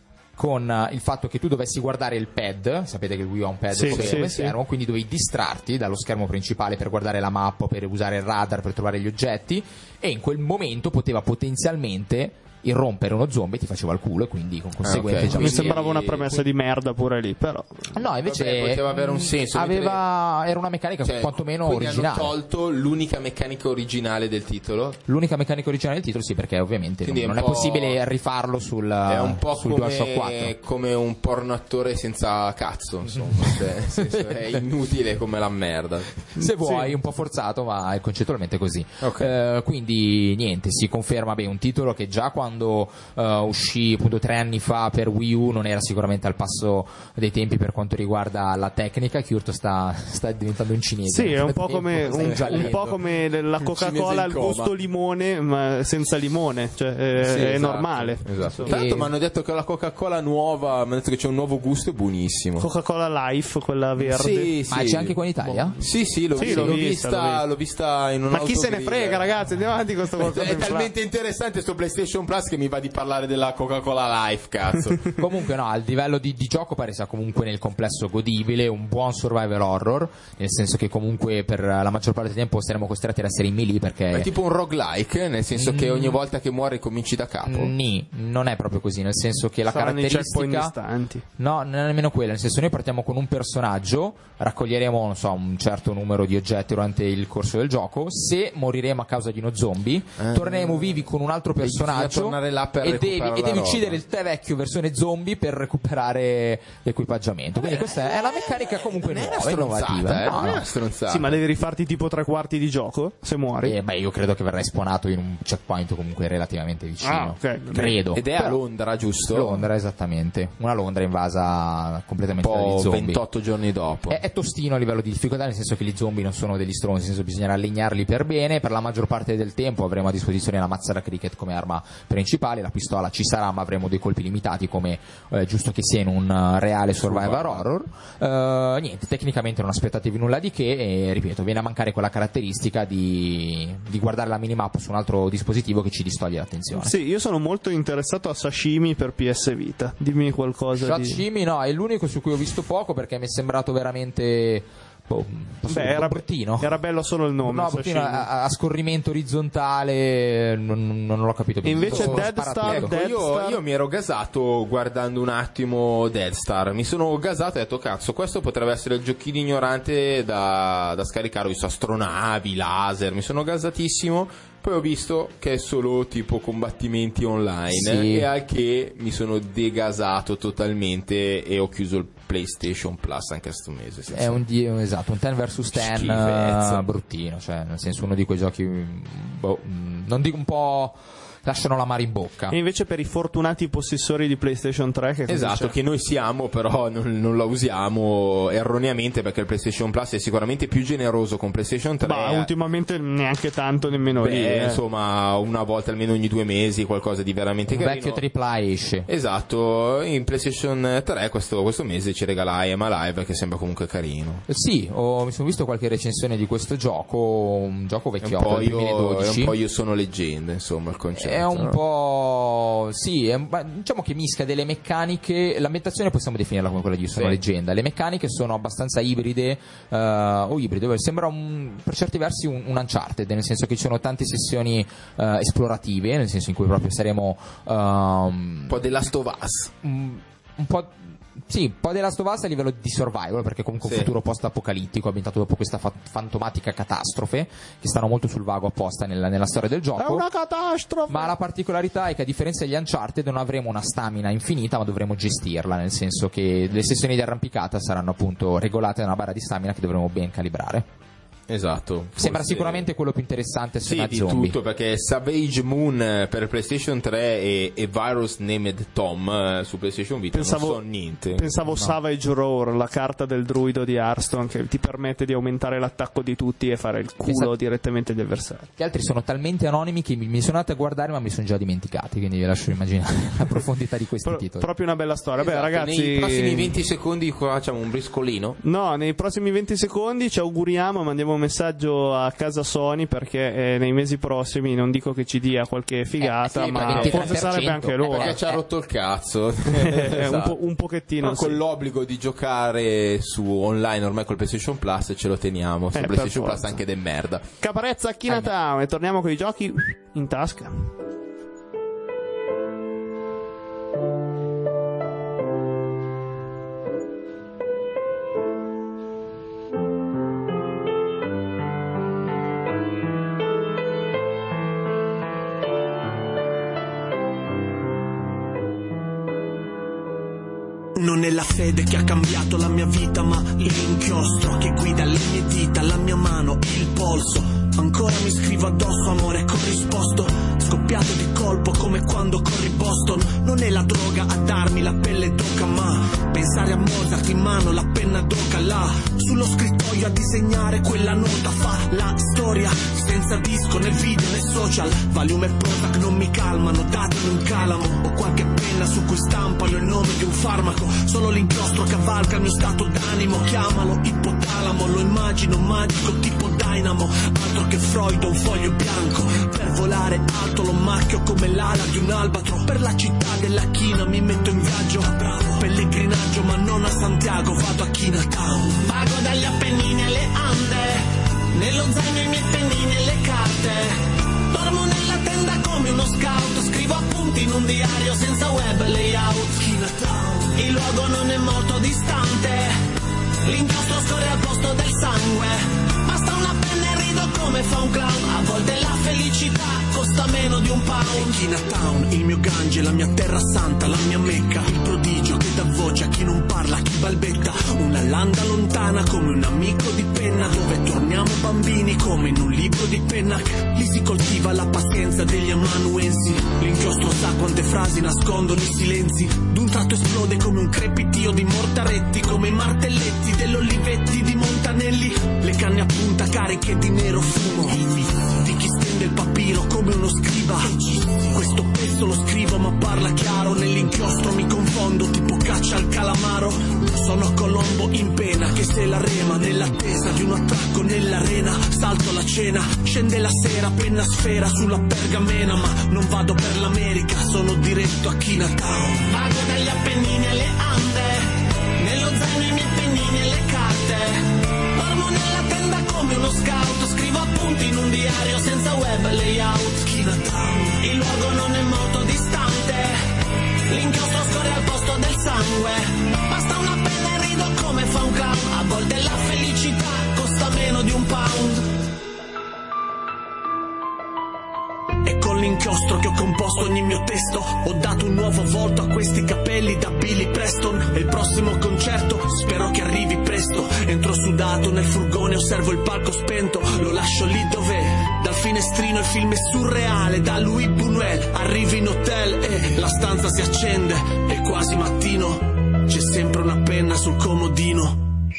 con il fatto che tu dovessi guardare il pad, sapete che il Wii U ha un pad come schermo, quindi dovevi distrarti dallo schermo principale per guardare la mappa, per usare il radar, per trovare gli oggetti, e in quel momento poteva potenzialmente irrompere uno zombie, ti faceva il culo e quindi con conseguenza mi sembrava una premessa di merda pure lì, però no, invece poteva avere un senso, era una meccanica quantomeno originale. Hanno tolto l'unica meccanica originale del titolo, sì, perché ovviamente non è possibile rifarlo sul DualShock 4. È come un porno attore senza cazzo, insomma. È inutile come la merda, se vuoi un po' forzato, ma è concettualmente così. Quindi niente, si conferma un titolo che già quando uscì appunto 3 anni fa per Wii U non era sicuramente al passo dei tempi per quanto riguarda la tecnica. Chiurto sta diventando un cinese. Sì, è un po' come la Coca-Cola al gusto limone ma senza limone, cioè è normale. Esatto. Tanto mi hanno detto che la Coca-Cola nuova, mi hanno detto che c'è un nuovo gusto, è buonissimo. Coca-Cola Life, quella verde. Ma c'è anche qua in Italia? Sì, l'ho vista in un ma chi se ne frega, ragazzi, andiamo avanti con questo qualcosa. È talmente interessante sto PlayStation Plus Plus che mi va di parlare della Coca-Cola Life, cazzo. Comunque no, al livello di gioco pare sia comunque nel complesso godibile, un buon survival horror, nel senso che comunque per la maggior parte del tempo saremo costretti ad essere in melee perché è tipo un roguelike, nel senso che ogni volta che muori cominci da capo. Non è proprio così, nel senso che la caratteristica no, non è nemmeno quella, nel senso noi partiamo con un personaggio, raccoglieremo non so un certo numero di oggetti durante il corso del gioco, se moriremo a causa di uno zombie torneremo vivi con un altro personaggio e devi uccidere il te vecchio versione zombie per recuperare l'equipaggiamento, quindi questa è una meccanica comunque nuova, innovativa. Non è una stronzata. Sì, ma devi rifarti tipo 3/4 di gioco se muori. Beh, io credo che verrai spawnato in un checkpoint comunque relativamente vicino, credo. Ed è a Londra, giusto? Londra, esattamente, una Londra invasa completamente dagli zombie 28 giorni dopo. È tostino a livello di difficoltà, nel senso che gli zombie non sono degli stronzi, nel senso che bisognerà allinearli per bene. Per la maggior parte del tempo avremo a disposizione la mazza da cricket come arma principale, la pistola ci sarà ma avremo dei colpi limitati come giusto che sia in un reale survival horror. Niente, tecnicamente non aspettatevi nulla di che e ripeto, viene a mancare quella caratteristica di guardare la minimap su un altro dispositivo che ci distoglie l'attenzione. Sì, io sono molto interessato a Sashimi per PS Vita, dimmi qualcosa. Sashimi no, è l'unico su cui ho visto poco perché mi è sembrato veramente era bruttino. Era bello solo il nome. No, bruttino a scorrimento orizzontale, non l'ho capito bene. Invece Dead Star, io mi ero gasato guardando un attimo Dead Star. Mi sono gasato e ho detto cazzo, questo potrebbe essere il giochino ignorante da scaricare. Ho visto astronavi, laser, mi sono gasatissimo. Poi ho visto che è solo tipo combattimenti online e al che mi sono degasato totalmente e ho chiuso il PlayStation Plus anche questo mese. È un 10 vs 10 bruttino, cioè nel senso uno di quei giochi non dico un po' lasciano l'amaro in bocca. E invece per i fortunati possessori di PlayStation 3 che noi siamo, però non la usiamo erroneamente, perché il PlayStation Plus è sicuramente più generoso con PlayStation 3. Ma ultimamente neanche tanto, nemmeno lì. Insomma, una volta almeno ogni 2 mesi qualcosa di veramente carino. Vecchio tripla esce. Esatto, in PlayStation 3 questo mese ci regala I Am Alive, che sembra comunque carino. Sì, mi sono visto qualche recensione di questo gioco, un gioco vecchiotto del 2012. Un po' Io Sono Leggenda, insomma, il concetto. È un po' diciamo che mischia delle meccaniche. L'ambientazione possiamo definirla come quella di Io Sono Leggenda. Le meccaniche sono abbastanza ibride sembra per certi versi un Uncharted, nel senso che ci sono tante sessioni esplorative, nel senso in cui proprio saremo un po' The Last of Us, un po' The Last of Us a livello di survival, perché comunque un futuro post-apocalittico ambientato dopo questa fantomatica catastrofe, che stanno molto sul vago apposta nella storia del gioco. È una catastrofe! Ma la particolarità è che a differenza degli Uncharted non avremo una stamina infinita, ma dovremo gestirla, nel senso che le sessioni di arrampicata saranno appunto regolate da una barra di stamina che dovremo ben calibrare. Esatto, sembra sicuramente quello più interessante di zombie. Tutto, perché Savage Moon per PlayStation 3 e Virus Named Tom su PlayStation Vita non so niente. Pensavo Savage Roar, la carta del druido di Hearthstone che ti permette di aumentare l'attacco di tutti e fare il culo direttamente agli avversari. Gli altri sono talmente anonimi che mi sono andato a guardare ma mi sono già dimenticati, quindi vi lascio immaginare la profondità di questi titoli. Proprio una bella storia. Esatto, beh ragazzi, nei prossimi 20 secondi qua facciamo un briscolino. No, nei prossimi 20 secondi ci auguriamo, mandiamo un messaggio a casa Sony perché nei mesi prossimi non dico che ci dia qualche figata, ma forse sarebbe anche loro. Perché ci ha rotto il cazzo. Esatto. un pochettino. Ma con l'obbligo di giocare su online ormai col PlayStation Plus ce lo teniamo. Su PlayStation Plus anche de merda. Caparezza a Chinatown e torniamo con i giochi in tasca. Non è la fede che ha cambiato la mia vita, ma l'inchiostro che guida le mie dita, la mia mano, il polso. Ancora mi scrivo addosso amore corrisposto, scoppiato di colpo come quando corri Boston. Non è la droga a darmi la pelle d'oca, ma pensare a Mozart in mano, la penna d'oca là sullo scrittoio a disegnare quella nota. Fa la storia senza disco né video né social. Valium e Prozac non mi calmano, datemi un calamo o qualche pena penna su cui stampano il nome di un farmaco. Solo l'inchiostro cavalca il mio stato d'animo. Chiamalo ipotalamo, lo immagino magico tipo Dynamo. Altro che Freud, un foglio bianco. Per volare alto lo macchio come l'ala di un albatro. Per la città della china mi metto in viaggio. Pellegrinaggio ma non a Santiago, vado a Chinatown. Vago dagli Appennini alle Ande, nello zaino i miei pennini e le carte. Dormo nella tenda come uno scout, scrivo appunti in un diario senza web layout. Chinatown, il luogo non è molto distante, l'inchiostro scorre al posto del sangue. Basta una penna e rido come fa un clown, a volte la felicità costa meno di un pound. Chinatown, il mio Gange, la mia terra santa, la mia Mecca. Il prodigio che dà voce a chi non parla, a chi balbetta. Una landa lontana come un amico di penna, dove torniamo bambini come in un libro di Pennac. Lì si coltiva la pazienza degli amanuensi. L'inchiostro sa quante frasi nascondono i silenzi. D'un tratto esplode come un crepitio di mortaretti, come i martelletti dell'Olivetti di Montanelli. Le canne a punta cariche di nero fumo, di chi stende il papiro come uno scriba. Questo pezzo lo scrivo ma parla chiaro, nell'inchiostro mi confondo tipo caccia al calamaro. Sono Colombo in pena che se la rema, nell'attesa di un attracco nell'arena. Salto la cena, scende la sera, penna sfera sulla pergamena. Ma non vado per l'America, sono diretto a Chinatown. Vago dagli Appennini alle Ande, nello zaino i miei pennini e le carte. Dormo nella tenda come uno scout, scrivo appunti in un diario senza web layout. Chinatown, il luogo non è molto distante, l'inchiostro scorre al posto del sangue. Basta una penna e rido come fa un clown, a volte la felicità costa meno di un pound. E con l'inchiostro che ho composto ogni mio testo, ho dato un nuovo volto a questi capelli da Billy Preston. E il prossimo concerto spero che arrivi presto. Entro sudato nel furgone, osservo il palco spento, lo lascio lì dov'è. Dal finestrino il film è surreale, da Louis Buñuel arrivi in hotel e la stanza si accende. È quasi mattino, c'è sempre una penna sul comodino.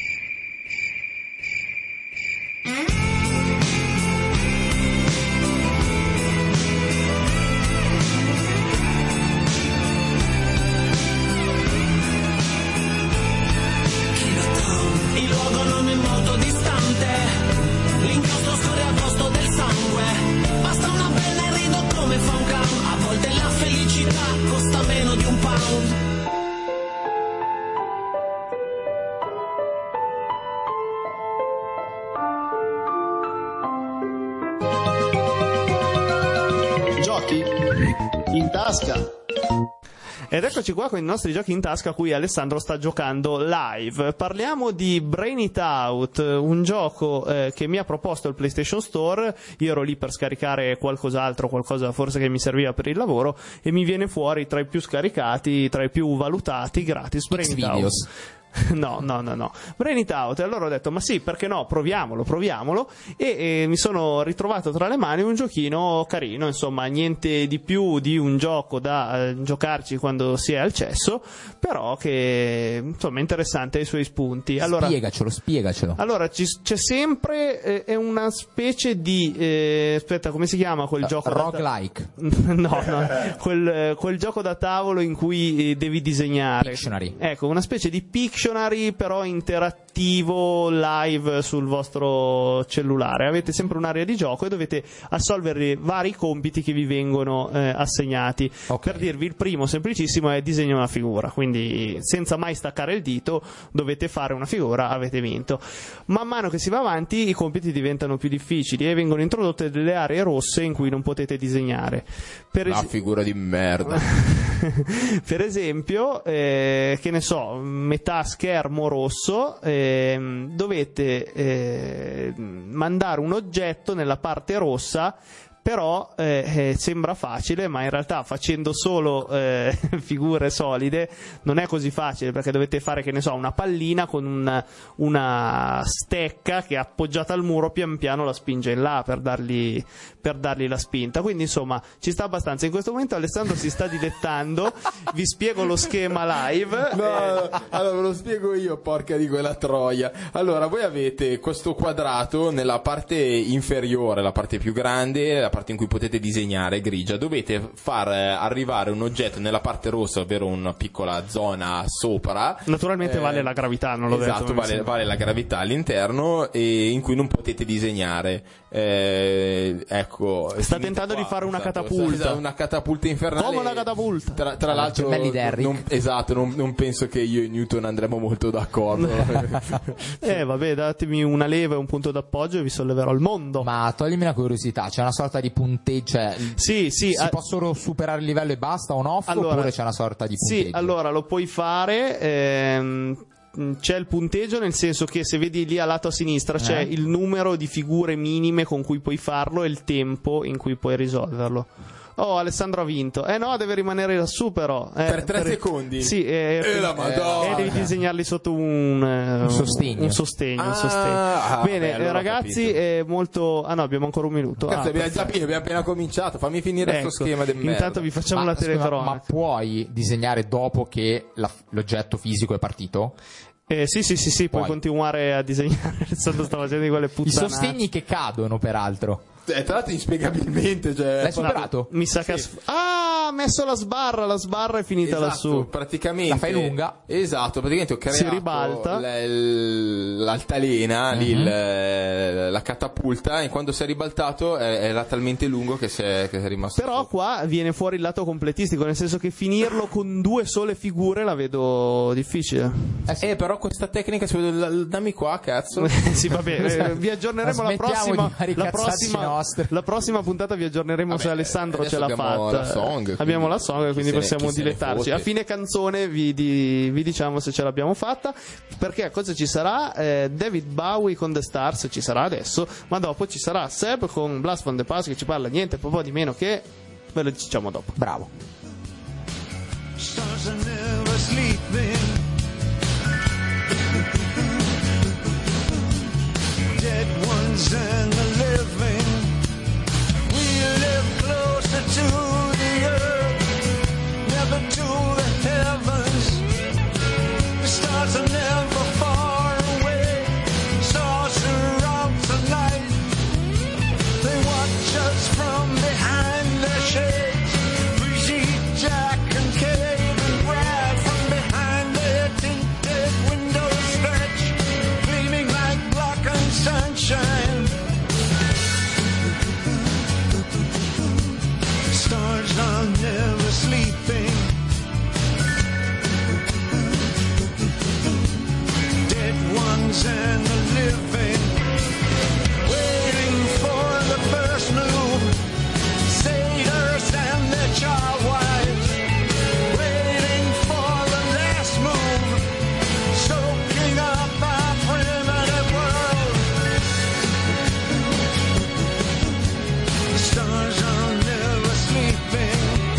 In tasca. Ed eccoci qua con i nostri giochi in tasca a cui Alessandro sta giocando live. Parliamo di Brain It Out, un gioco che mi ha proposto il PlayStation Store. Io ero lì per scaricare qualcos'altro, qualcosa forse che mi serviva per il lavoro, e mi viene fuori tra i più scaricati, tra i più valutati, gratis Brain It Out. No. Brain It Out. E allora ho detto, ma sì, perché no, proviamolo. E mi sono ritrovato tra le mani un giochino carino, insomma, niente di più di un gioco da giocarci quando si è al cesso, però che insomma è interessante, ha i suoi spunti. Allora, spiegacelo. Allora, c'è sempre è una specie di aspetta, come si chiama quel gioco? Roguelike. No, quel gioco da tavolo in cui devi disegnare. Pictionary. Ecco, una specie di Pictionary però interattivo live sul vostro cellulare. Avete sempre un'area di gioco e dovete assolvere vari compiti che vi vengono assegnati. Okay. Per dirvi, il primo semplicissimo è disegna una figura, quindi senza mai staccare il dito dovete fare una figura, avete vinto. Man mano che si va avanti i compiti diventano più difficili e vengono introdotte delle aree rosse in cui non potete disegnare. Una figura di merda. Per esempio, che ne so, metà schermo rosso, dovete mandare un oggetto nella parte rossa, però sembra facile, ma in realtà facendo solo figure solide non è così facile, perché dovete fare, che ne so, una pallina con una stecca che appoggiata al muro pian piano la spinge in là per dargli la spinta. Quindi insomma ci sta abbastanza. In questo momento Alessandro si sta dilettando. Vi spiego lo schema live. No, allora ve lo spiego io, porca di quella troia. Allora, voi avete questo quadrato nella parte inferiore, la parte più grande, la parte in cui potete disegnare è grigia, dovete far arrivare un oggetto nella parte rossa, ovvero una piccola zona sopra. Naturalmente vale la gravità, non l'ho detto. Esatto, vale la gravità all'interno, e in cui non potete disegnare. Ecco, sta tentando di fare una catapulta. Una catapulta infernale. Come una catapulta? Tra l'altro, non penso che io e Newton andremo molto d'accordo. Vabbè, datemi una leva e un punto d'appoggio e vi solleverò il mondo. Ma toglimi una curiosità, c'è una sorta di punteggio, cioè si possono superare il livello e basta on off, oppure c'è una sorta di punteggio? Sì, allora lo puoi fare. C'è il punteggio, nel senso che se vedi lì a lato a sinistra c'è il numero di figure minime con cui puoi farlo e il tempo in cui puoi risolverlo. Oh, Alessandro ha vinto. No, deve rimanere lassù però. Per 3 secondi? Sì, la Madonna. devi disegnarli sotto un sostegno. Un sostegno. Bene, allora ragazzi, è molto... no, abbiamo ancora un minuto. Abbiamo appena cominciato. Fammi finire questo schema del merda. Intanto vi facciamo la telecronaca. Ma puoi disegnare dopo che l'oggetto fisico è partito? Sì, puoi continuare a disegnare. Alessandro sta facendo di quelle puttanate. I sostegni che cadono, peraltro. Tra l'altro inspiegabilmente, l'hai superato? Mi sa che ha messo la sbarra è finita lassù. Praticamente la fai lunga. Esatto, praticamente ho creato, si ribalta l'altalena lì, la catapulta, e quando si è ribaltato era talmente lungo che è rimasto. Però qua viene fuori il lato completistico, nel senso che finirlo con 2 sole figure la vedo difficile. Però questa tecnica dammi qua, cazzo. Sì, vabbè, vi aggiorneremo la prossima puntata, vi aggiorneremo se Alessandro ce l'ha fatta. Abbiamo la song, quindi possiamo dilettarci. A fine canzone vi diciamo se ce l'abbiamo fatta, perché cosa ci sarà? David Bowie con The Stars ci sarà adesso, ma dopo ci sarà Seb con Blast from the Past che ci parla niente po' di meno che ve lo diciamo dopo. Bravo. Stars are never sleeping. Dead ones and the living. Live closer to the earth, never to the heavens. The stars are never far away. Stars surround tonight. They watch us from behind their shades. Brigitte, Jack and Kate and Brad from behind their tinted windows stretch, gleaming like blackened sunshine. Stars are never sleeping. Dead ones and the living, waiting for the first move. Satyrs and their child wives, waiting for the last move. Soaking up our primitive world. The stars are never sleeping.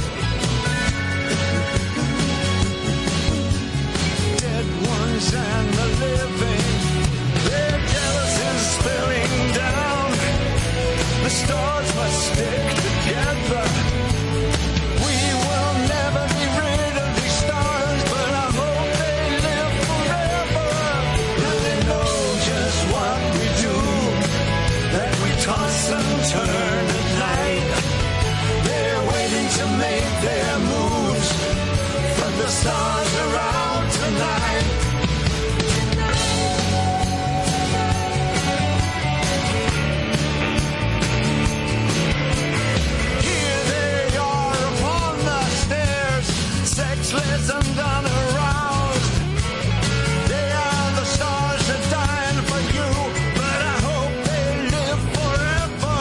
Dead ones and the living, their jealousy spilling down. The stars must stick together. We will never be rid of these stars, but I hope they live forever. And they know just what we do, that we toss and turn at night. They're waiting to make their moves, but the stars are out tonight. Here they are upon the stairs, sexless and unaroused. They are the stars that dying for you, but I hope they live forever.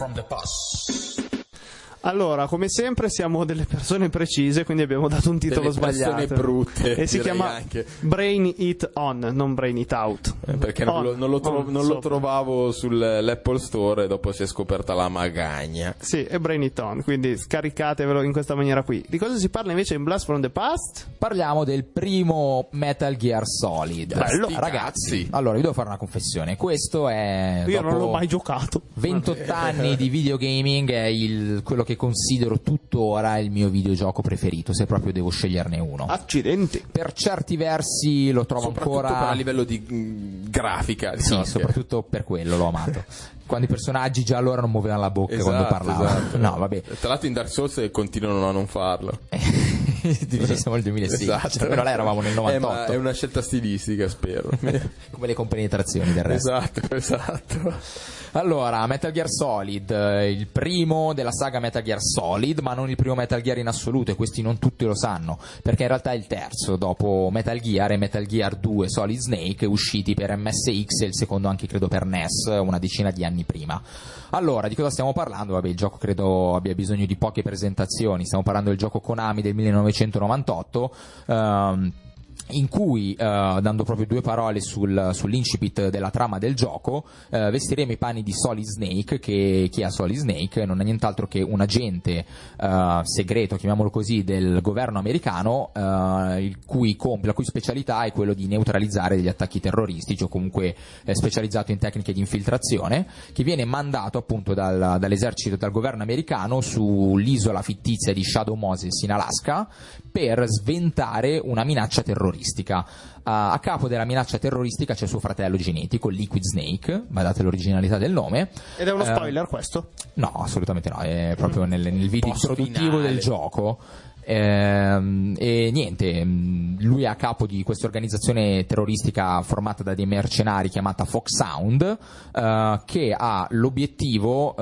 from the past. Allora, come sempre siamo delle persone precise, quindi abbiamo dato un titolo sbagliato. Persone brutte. E si chiama anche Brain It On, non Brain It Out. Perché non lo trovavo sull'Apple Store e dopo si è scoperta la magagna. Sì, è Brain It On, quindi scaricatevelo in questa maniera qui. Di cosa si parla invece in Blast from the Past? Parliamo del primo Metal Gear Solid. Bello. Ragazzi, allora vi devo fare una confessione. Questo è... Io non l'ho mai giocato. 28 anni di videogaming è quello che considero tuttora il mio videogioco preferito, se proprio devo sceglierne uno. Accidenti. Per certi versi lo trovo soprattutto ancora a livello di grafica. Sì, soprattutto per quello l'ho amato. Quando i personaggi già allora non muovevano la bocca quando parlavano. Esatto. No, vabbè. Tra l'altro in Dark Souls continuano a non farlo. Siamo nel 2006, esatto. Però là eravamo nel 98. Ma è una scelta stilistica, spero. Come le compenetrazioni del resto. Esatto. Allora, Metal Gear Solid, il primo della saga Metal Gear Solid, ma non il primo Metal Gear in assoluto, e questi non tutti lo sanno, perché in realtà è il terzo, dopo Metal Gear e Metal Gear 2 Solid Snake, usciti per MSX e il secondo anche credo per NES una decina di anni prima. Allora, di cosa stiamo parlando? Vabbè, il gioco credo abbia bisogno di poche presentazioni, stiamo parlando del gioco Konami del 1998, in cui, dando proprio due parole sull'incipit della trama del gioco, vestiremo i panni di Solid Snake, che chi è Solid Snake? Non è nient'altro che un agente segreto, chiamiamolo così, del governo americano, la cui specialità è quello di neutralizzare degli attacchi terroristici, o comunque specializzato in tecniche di infiltrazione, che viene mandato appunto dall'esercito, dal governo americano sull'isola fittizia di Shadow Moses in Alaska per sventare una minaccia terroristica. A capo della minaccia terroristica c'è suo fratello genetico, Liquid Snake, badate l'originalità del nome. Ed è uno spoiler questo? No, assolutamente no, è proprio nel video introduttivo del gioco. E niente, lui è a capo di questa organizzazione terroristica formata da dei mercenari chiamata Foxhound, che ha l'obiettivo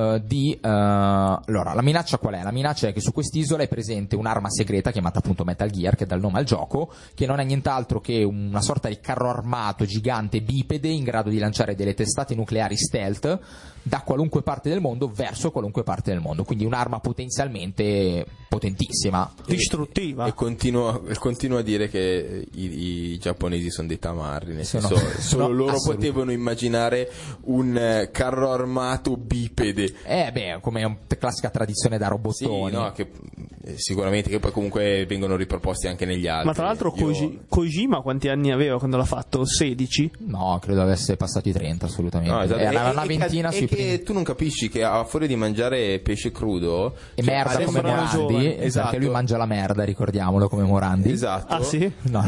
allora, la minaccia qual è? La minaccia è che su quest'isola è presente un'arma segreta chiamata appunto Metal Gear, che dà il nome al gioco, che non è nient'altro che una sorta di carro armato gigante bipede in grado di lanciare delle testate nucleari stealth da qualunque parte del mondo verso qualunque parte del mondo, quindi un'arma potenzialmente potentissima, distruttiva. E continuo a dire che i giapponesi sono dei tamarri, nel senso, solo loro potevano immaginare un carro armato bipede. Come classica tradizione da robottoni. Sì, no, che sicuramente, che poi comunque vengono riproposti anche negli altri. Ma tra l'altro Kojima quanti anni aveva quando l'ha fatto? 16? No, credo avesse passati 30 assolutamente. No, esatto. Era una ventina sui primi. Tu non capisci che a fuori di mangiare pesce crudo e merda come Morandi, esatto, perché lui mangia la merda, ricordiamolo, come Morandi. Esatto. Ah sì? No.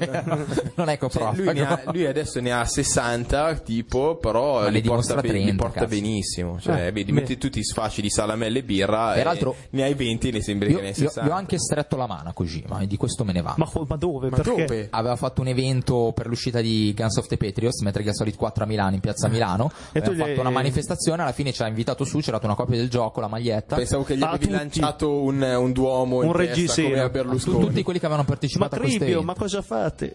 Non è lui adesso ne ha 60 tipo, però li porta benissimo, cioè li metti tutti sfasci di salamelle e birra. Peraltro ne hai 20 e ne sembra che ne hai 60. Io ho anche stretto la mano a Kojima e di questo me ne va. Ma dove? Perché? Aveva fatto un evento per l'uscita di Guns of the Patriots, Metal Gear Solid 4 a Milano, in piazza Milano, e tu fatto una manifestazione, alla fine ci ha invitato su, c'era una copia del gioco, la maglietta. Pensavo che gli avevi lanciato un duomo in testa come a Berlusconi. Tutti quelli che avevano partecipato a questo evento. Ma cosa fate?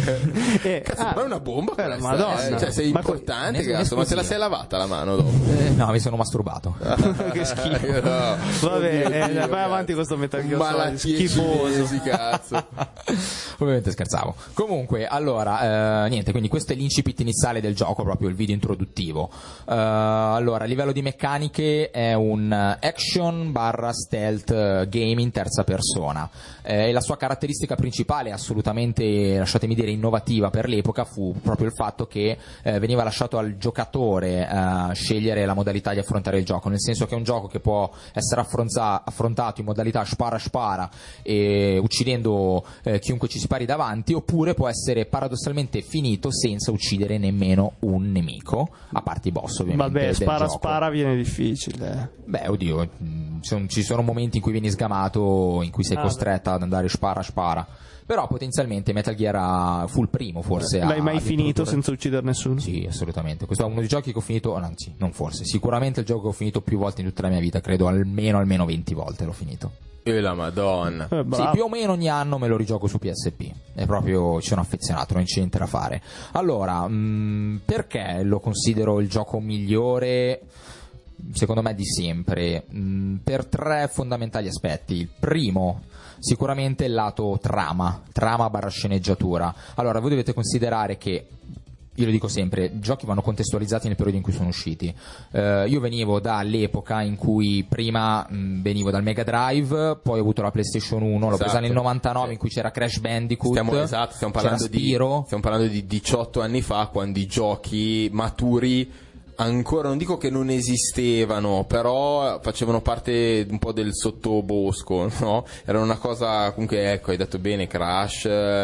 Cazzo, però è una bomba questa, Madonna. Cioè sei importante, cazzo, ma se la sei lavata la mano dopo? No, mi sono masturbato. Che schifo. Vabbè, vai avanti questo Metal Gear Solid schifoso, cazzo. Ovviamente scherzavo. Comunque, allora, niente, quindi questo è l'incipit iniziale del gioco, proprio il video introduttivo. Allora, a livello di meccaniche è un action / stealth game in terza persona. E la sua caratteristica principale, assolutamente, lasciatemi dire, innovativa per l'epoca, fu proprio il fatto che veniva lasciato al giocatore scegliere la modalità di affrontare il gioco, nel senso che è un gioco che può essere affrontato in modalità spara e uccidendo chiunque ci si pari davanti, oppure può essere paradossalmente finito senza uccidere nemmeno un nemico, a parte i boss ovviamente. Vabbè, spara viene difficile. Beh, oddio, ci sono momenti in cui vieni sgamato, in cui sei costretta ad andare spara. Però potenzialmente Metal Gear fu il primo, forse. L'hai mai finito senza uccidere nessuno? Sì, assolutamente. Questo è uno dei giochi che ho finito, anzi, non forse, sicuramente il gioco che ho finito più volte in tutta la mia vita, credo almeno 20 volte l'ho finito. E la Madonna. Sì, più o meno ogni anno me lo rigioco su PSP. È proprio, ci sono affezionato, non c'è niente da fare. Allora, perché lo considero il gioco migliore? secondo me di sempre, per 3 fondamentali aspetti. Il primo, sicuramente il lato trama / sceneggiatura. Allora, voi dovete considerare che, io lo dico sempre, i giochi vanno contestualizzati nel periodo in cui sono usciti. Io venivo dall'epoca in cui prima venivo dal Mega Drive, poi ho avuto la PlayStation 1, l'ho presa nel 99, in cui c'era Crash Bandicoot, stiamo parlando di 18 anni fa, quando i giochi maturi ancora, non dico che non esistevano, però facevano parte un po' del sottobosco, no? Era una cosa, comunque, ecco, hai detto bene, Crash,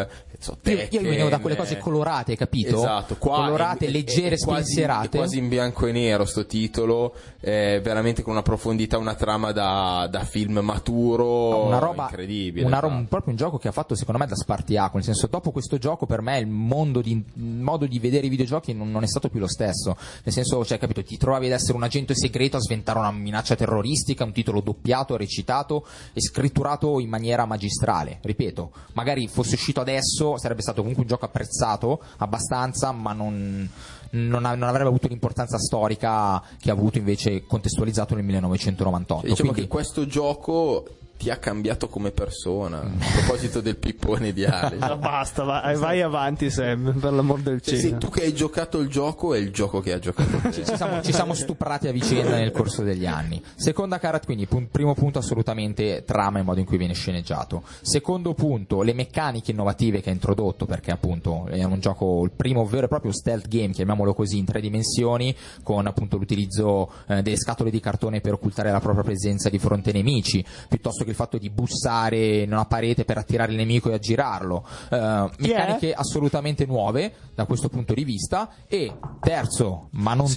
io venivo da quelle cose colorate, capito? Esatto, qua colorate, leggere, spensierate, quasi in bianco e nero sto titolo, veramente con una profondità, una trama da film maturo, una roba incredibile, proprio un gioco che ha fatto secondo me da spartiacque, nel senso, dopo questo gioco per me il modo di vedere i videogiochi non è stato più lo stesso, nel senso, cioè, capito, ti trovavi ad essere un agente segreto a sventare una minaccia terroristica, un titolo doppiato, recitato e scritturato in maniera magistrale. Ripeto, magari fosse uscito adesso sarebbe stato comunque un gioco apprezzato abbastanza, ma non avrebbe avuto l'importanza storica che ha avuto invece contestualizzato nel 1998. Diciamo che questo gioco ti ha cambiato come persona. A proposito del pippone di Ale, basta, vai avanti, Sam, per l'amor del cielo. Sì, tu che hai giocato il gioco, è il gioco che ha giocato te. Ci siamo stuprati a vicenda nel corso degli anni. Seconda quindi primo punto, assolutamente trama e modo in cui viene sceneggiato. Secondo punto, le meccaniche innovative che ha introdotto, perché appunto è un gioco, il primo vero e proprio stealth game, chiamiamolo così, in 3 dimensioni, con appunto l'utilizzo delle scatole di cartone per occultare la propria presenza di fronte ai nemici, piuttosto che il fatto di bussare in una parete per attirare il nemico e aggirarlo. Meccaniche assolutamente nuove da questo punto di vista. E terzo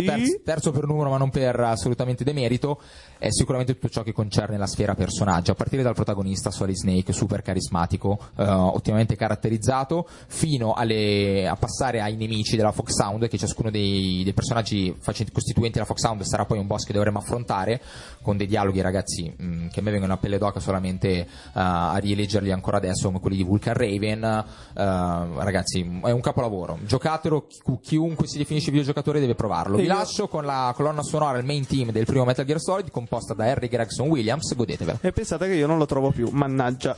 per numero, ma non per assolutamente demerito, è sicuramente tutto ciò che concerne la sfera personaggio, a partire dal protagonista Solid Snake, super carismatico, ottimamente caratterizzato, fino a passare ai nemici della Foxhound, che ciascuno dei personaggi costituenti della Foxhound sarà poi un boss che dovremo affrontare, con dei dialoghi, ragazzi, che a me vengono a pelle d'oca solamente a rileggerli ancora adesso, come quelli di Vulcan Raven. Ragazzi, è un capolavoro, giocatelo, chiunque si definisce videogiocatore deve provarlo. Vi lascio con la colonna sonora, il main team del primo Metal Gear Solid, composta da Harry Gregson Williams, godetevelo. E pensate che io non lo trovo più, mannaggia.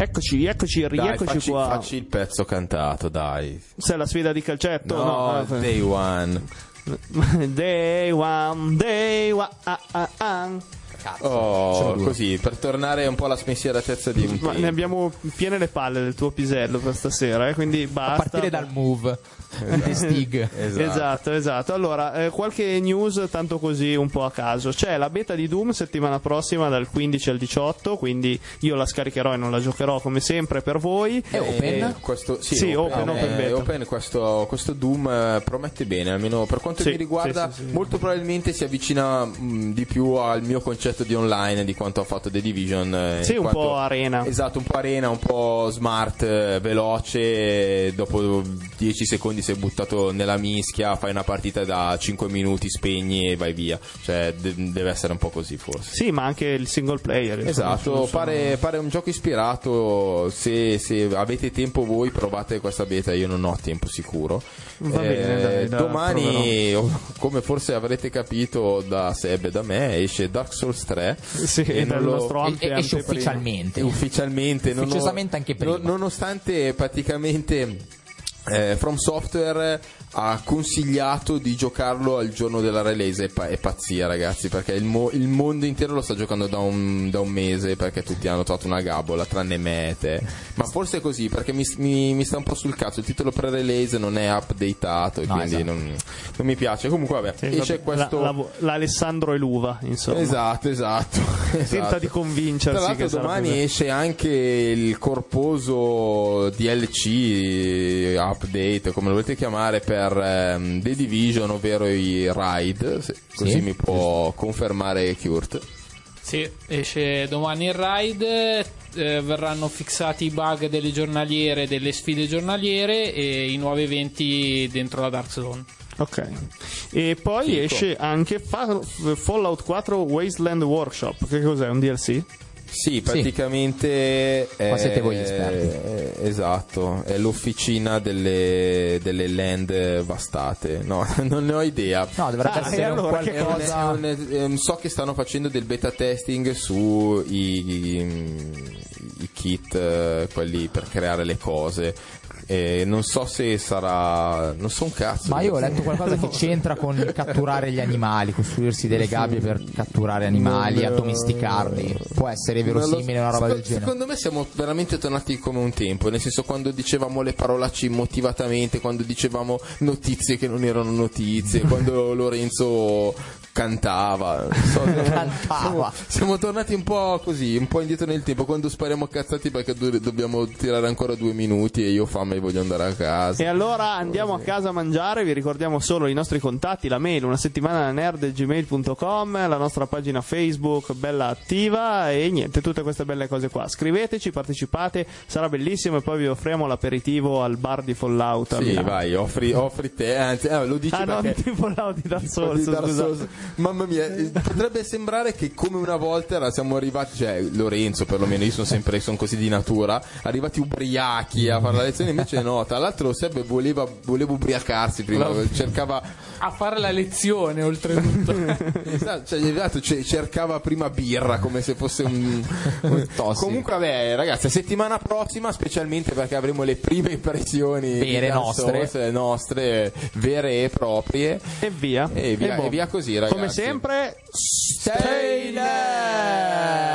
Eccoci, rieccoci qua. Facci il pezzo cantato, dai. Se la sfida di calcetto? No, Day One. Day one. Così, per tornare un po' alla spensieratezza di un Ma ne abbiamo piene le palle del tuo pisello per stasera, quindi basta. A partire dal move di Stig. Esatto. Allora, qualche news tanto così un po' a caso. C'è la beta di Doom settimana prossima dal 15 al 18, quindi io la scaricherò e non la giocherò come sempre per voi. È open? Open beta. Open, questo Doom promette bene, almeno per quanto mi riguarda. Sì. Molto probabilmente si avvicina di più al mio concetto di online di quanto ha fatto The Division. Un po' arena. Esatto, un po' arena, un po' smart, veloce. Dopo 10 secondi sei buttato nella mischia, fai una partita da 5 minuti, spegni e vai via. Cioè deve essere un po' così forse. Sì, ma anche il single player. Esatto, pare un gioco ispirato. Se avete tempo voi provate questa beta, io non ho tempo sicuro. Va bene, dai, domani, come forse avrete capito da Seb e da me, esce Dark Souls 3. Sì, esce ufficialmente. Ufficiosamente anche prima. Nonostante praticamente From Software ha consigliato di giocarlo al giorno della release. È pazzia, ragazzi, perché il mondo intero lo sta giocando da un mese, perché tutti hanno trovato una gabola tranne me e te. Ma forse è così, perché mi sta un po' sul cazzo, il titolo pre-release non è updatato e quindi esatto. non mi piace. Comunque vabbè, esce questo l'Alessandro e l'uva, insomma. Esatto. Tenta di convincersi. Tra l'altro domani esce anche il corposo DLC update, come lo volete chiamare, per The Division, ovvero i raid, così mi può confermare Kurt. Sì, esce domani il raid, verranno fissati i bug delle giornaliere, delle sfide giornaliere e i nuovi eventi dentro la Dark Zone. Ok, e poi esce anche Fallout 4 Wasteland Workshop. Che cos'è? Un DLC? Sì, praticamente qua siete voi gli esperti. Esatto, è l'officina delle land vastate. No, non ne ho idea. No, dovrebbe essere qualcosa. So che stanno facendo del beta testing su i kit, quelli per creare le cose. Non so se sarà, non so un cazzo. Ma io ho letto qualcosa che c'entra con catturare gli animali, costruirsi delle gabbie per catturare animali, addomesticarli. Può essere verosimile una roba del genere. Secondo me siamo veramente tornati come un tempo, nel senso, quando dicevamo le parolacce immotivatamente, quando dicevamo notizie che non erano notizie, quando Lorenzo cantava. Siamo tornati un po' così, un po' indietro nel tempo, quando spariamo cazzati perché dobbiamo tirare ancora 2 minuti e io ho fame e voglio andare a casa. E allora andiamo a casa a mangiare. Vi ricordiamo solo i nostri contatti: la mail unasettimananerd@gmail.com, la nostra pagina Facebook bella attiva, e niente, tutte queste belle cose qua. Scriveteci, partecipate, sarà bellissimo, e poi vi offriamo l'aperitivo al bar di Fallout. Sì, vai, offri te, anzi, lo dici perché... non di Fallout, di Dark Souls. Mamma mia, potrebbe sembrare che come una volta siamo arrivati, cioè Lorenzo perlomeno, io sono così di natura, arrivati ubriachi a fare la lezione, invece no. Tra l'altro Seb voleva ubriacarsi prima, cercava a fare la lezione oltretutto. Esatto, cercava prima birra come se fosse un tossico. Comunque vabbè, ragazzi, settimana prossima, specialmente perché avremo le prime impressioni vere nostre vere e proprie, e via così, ragazzi. Come sempre, stay there.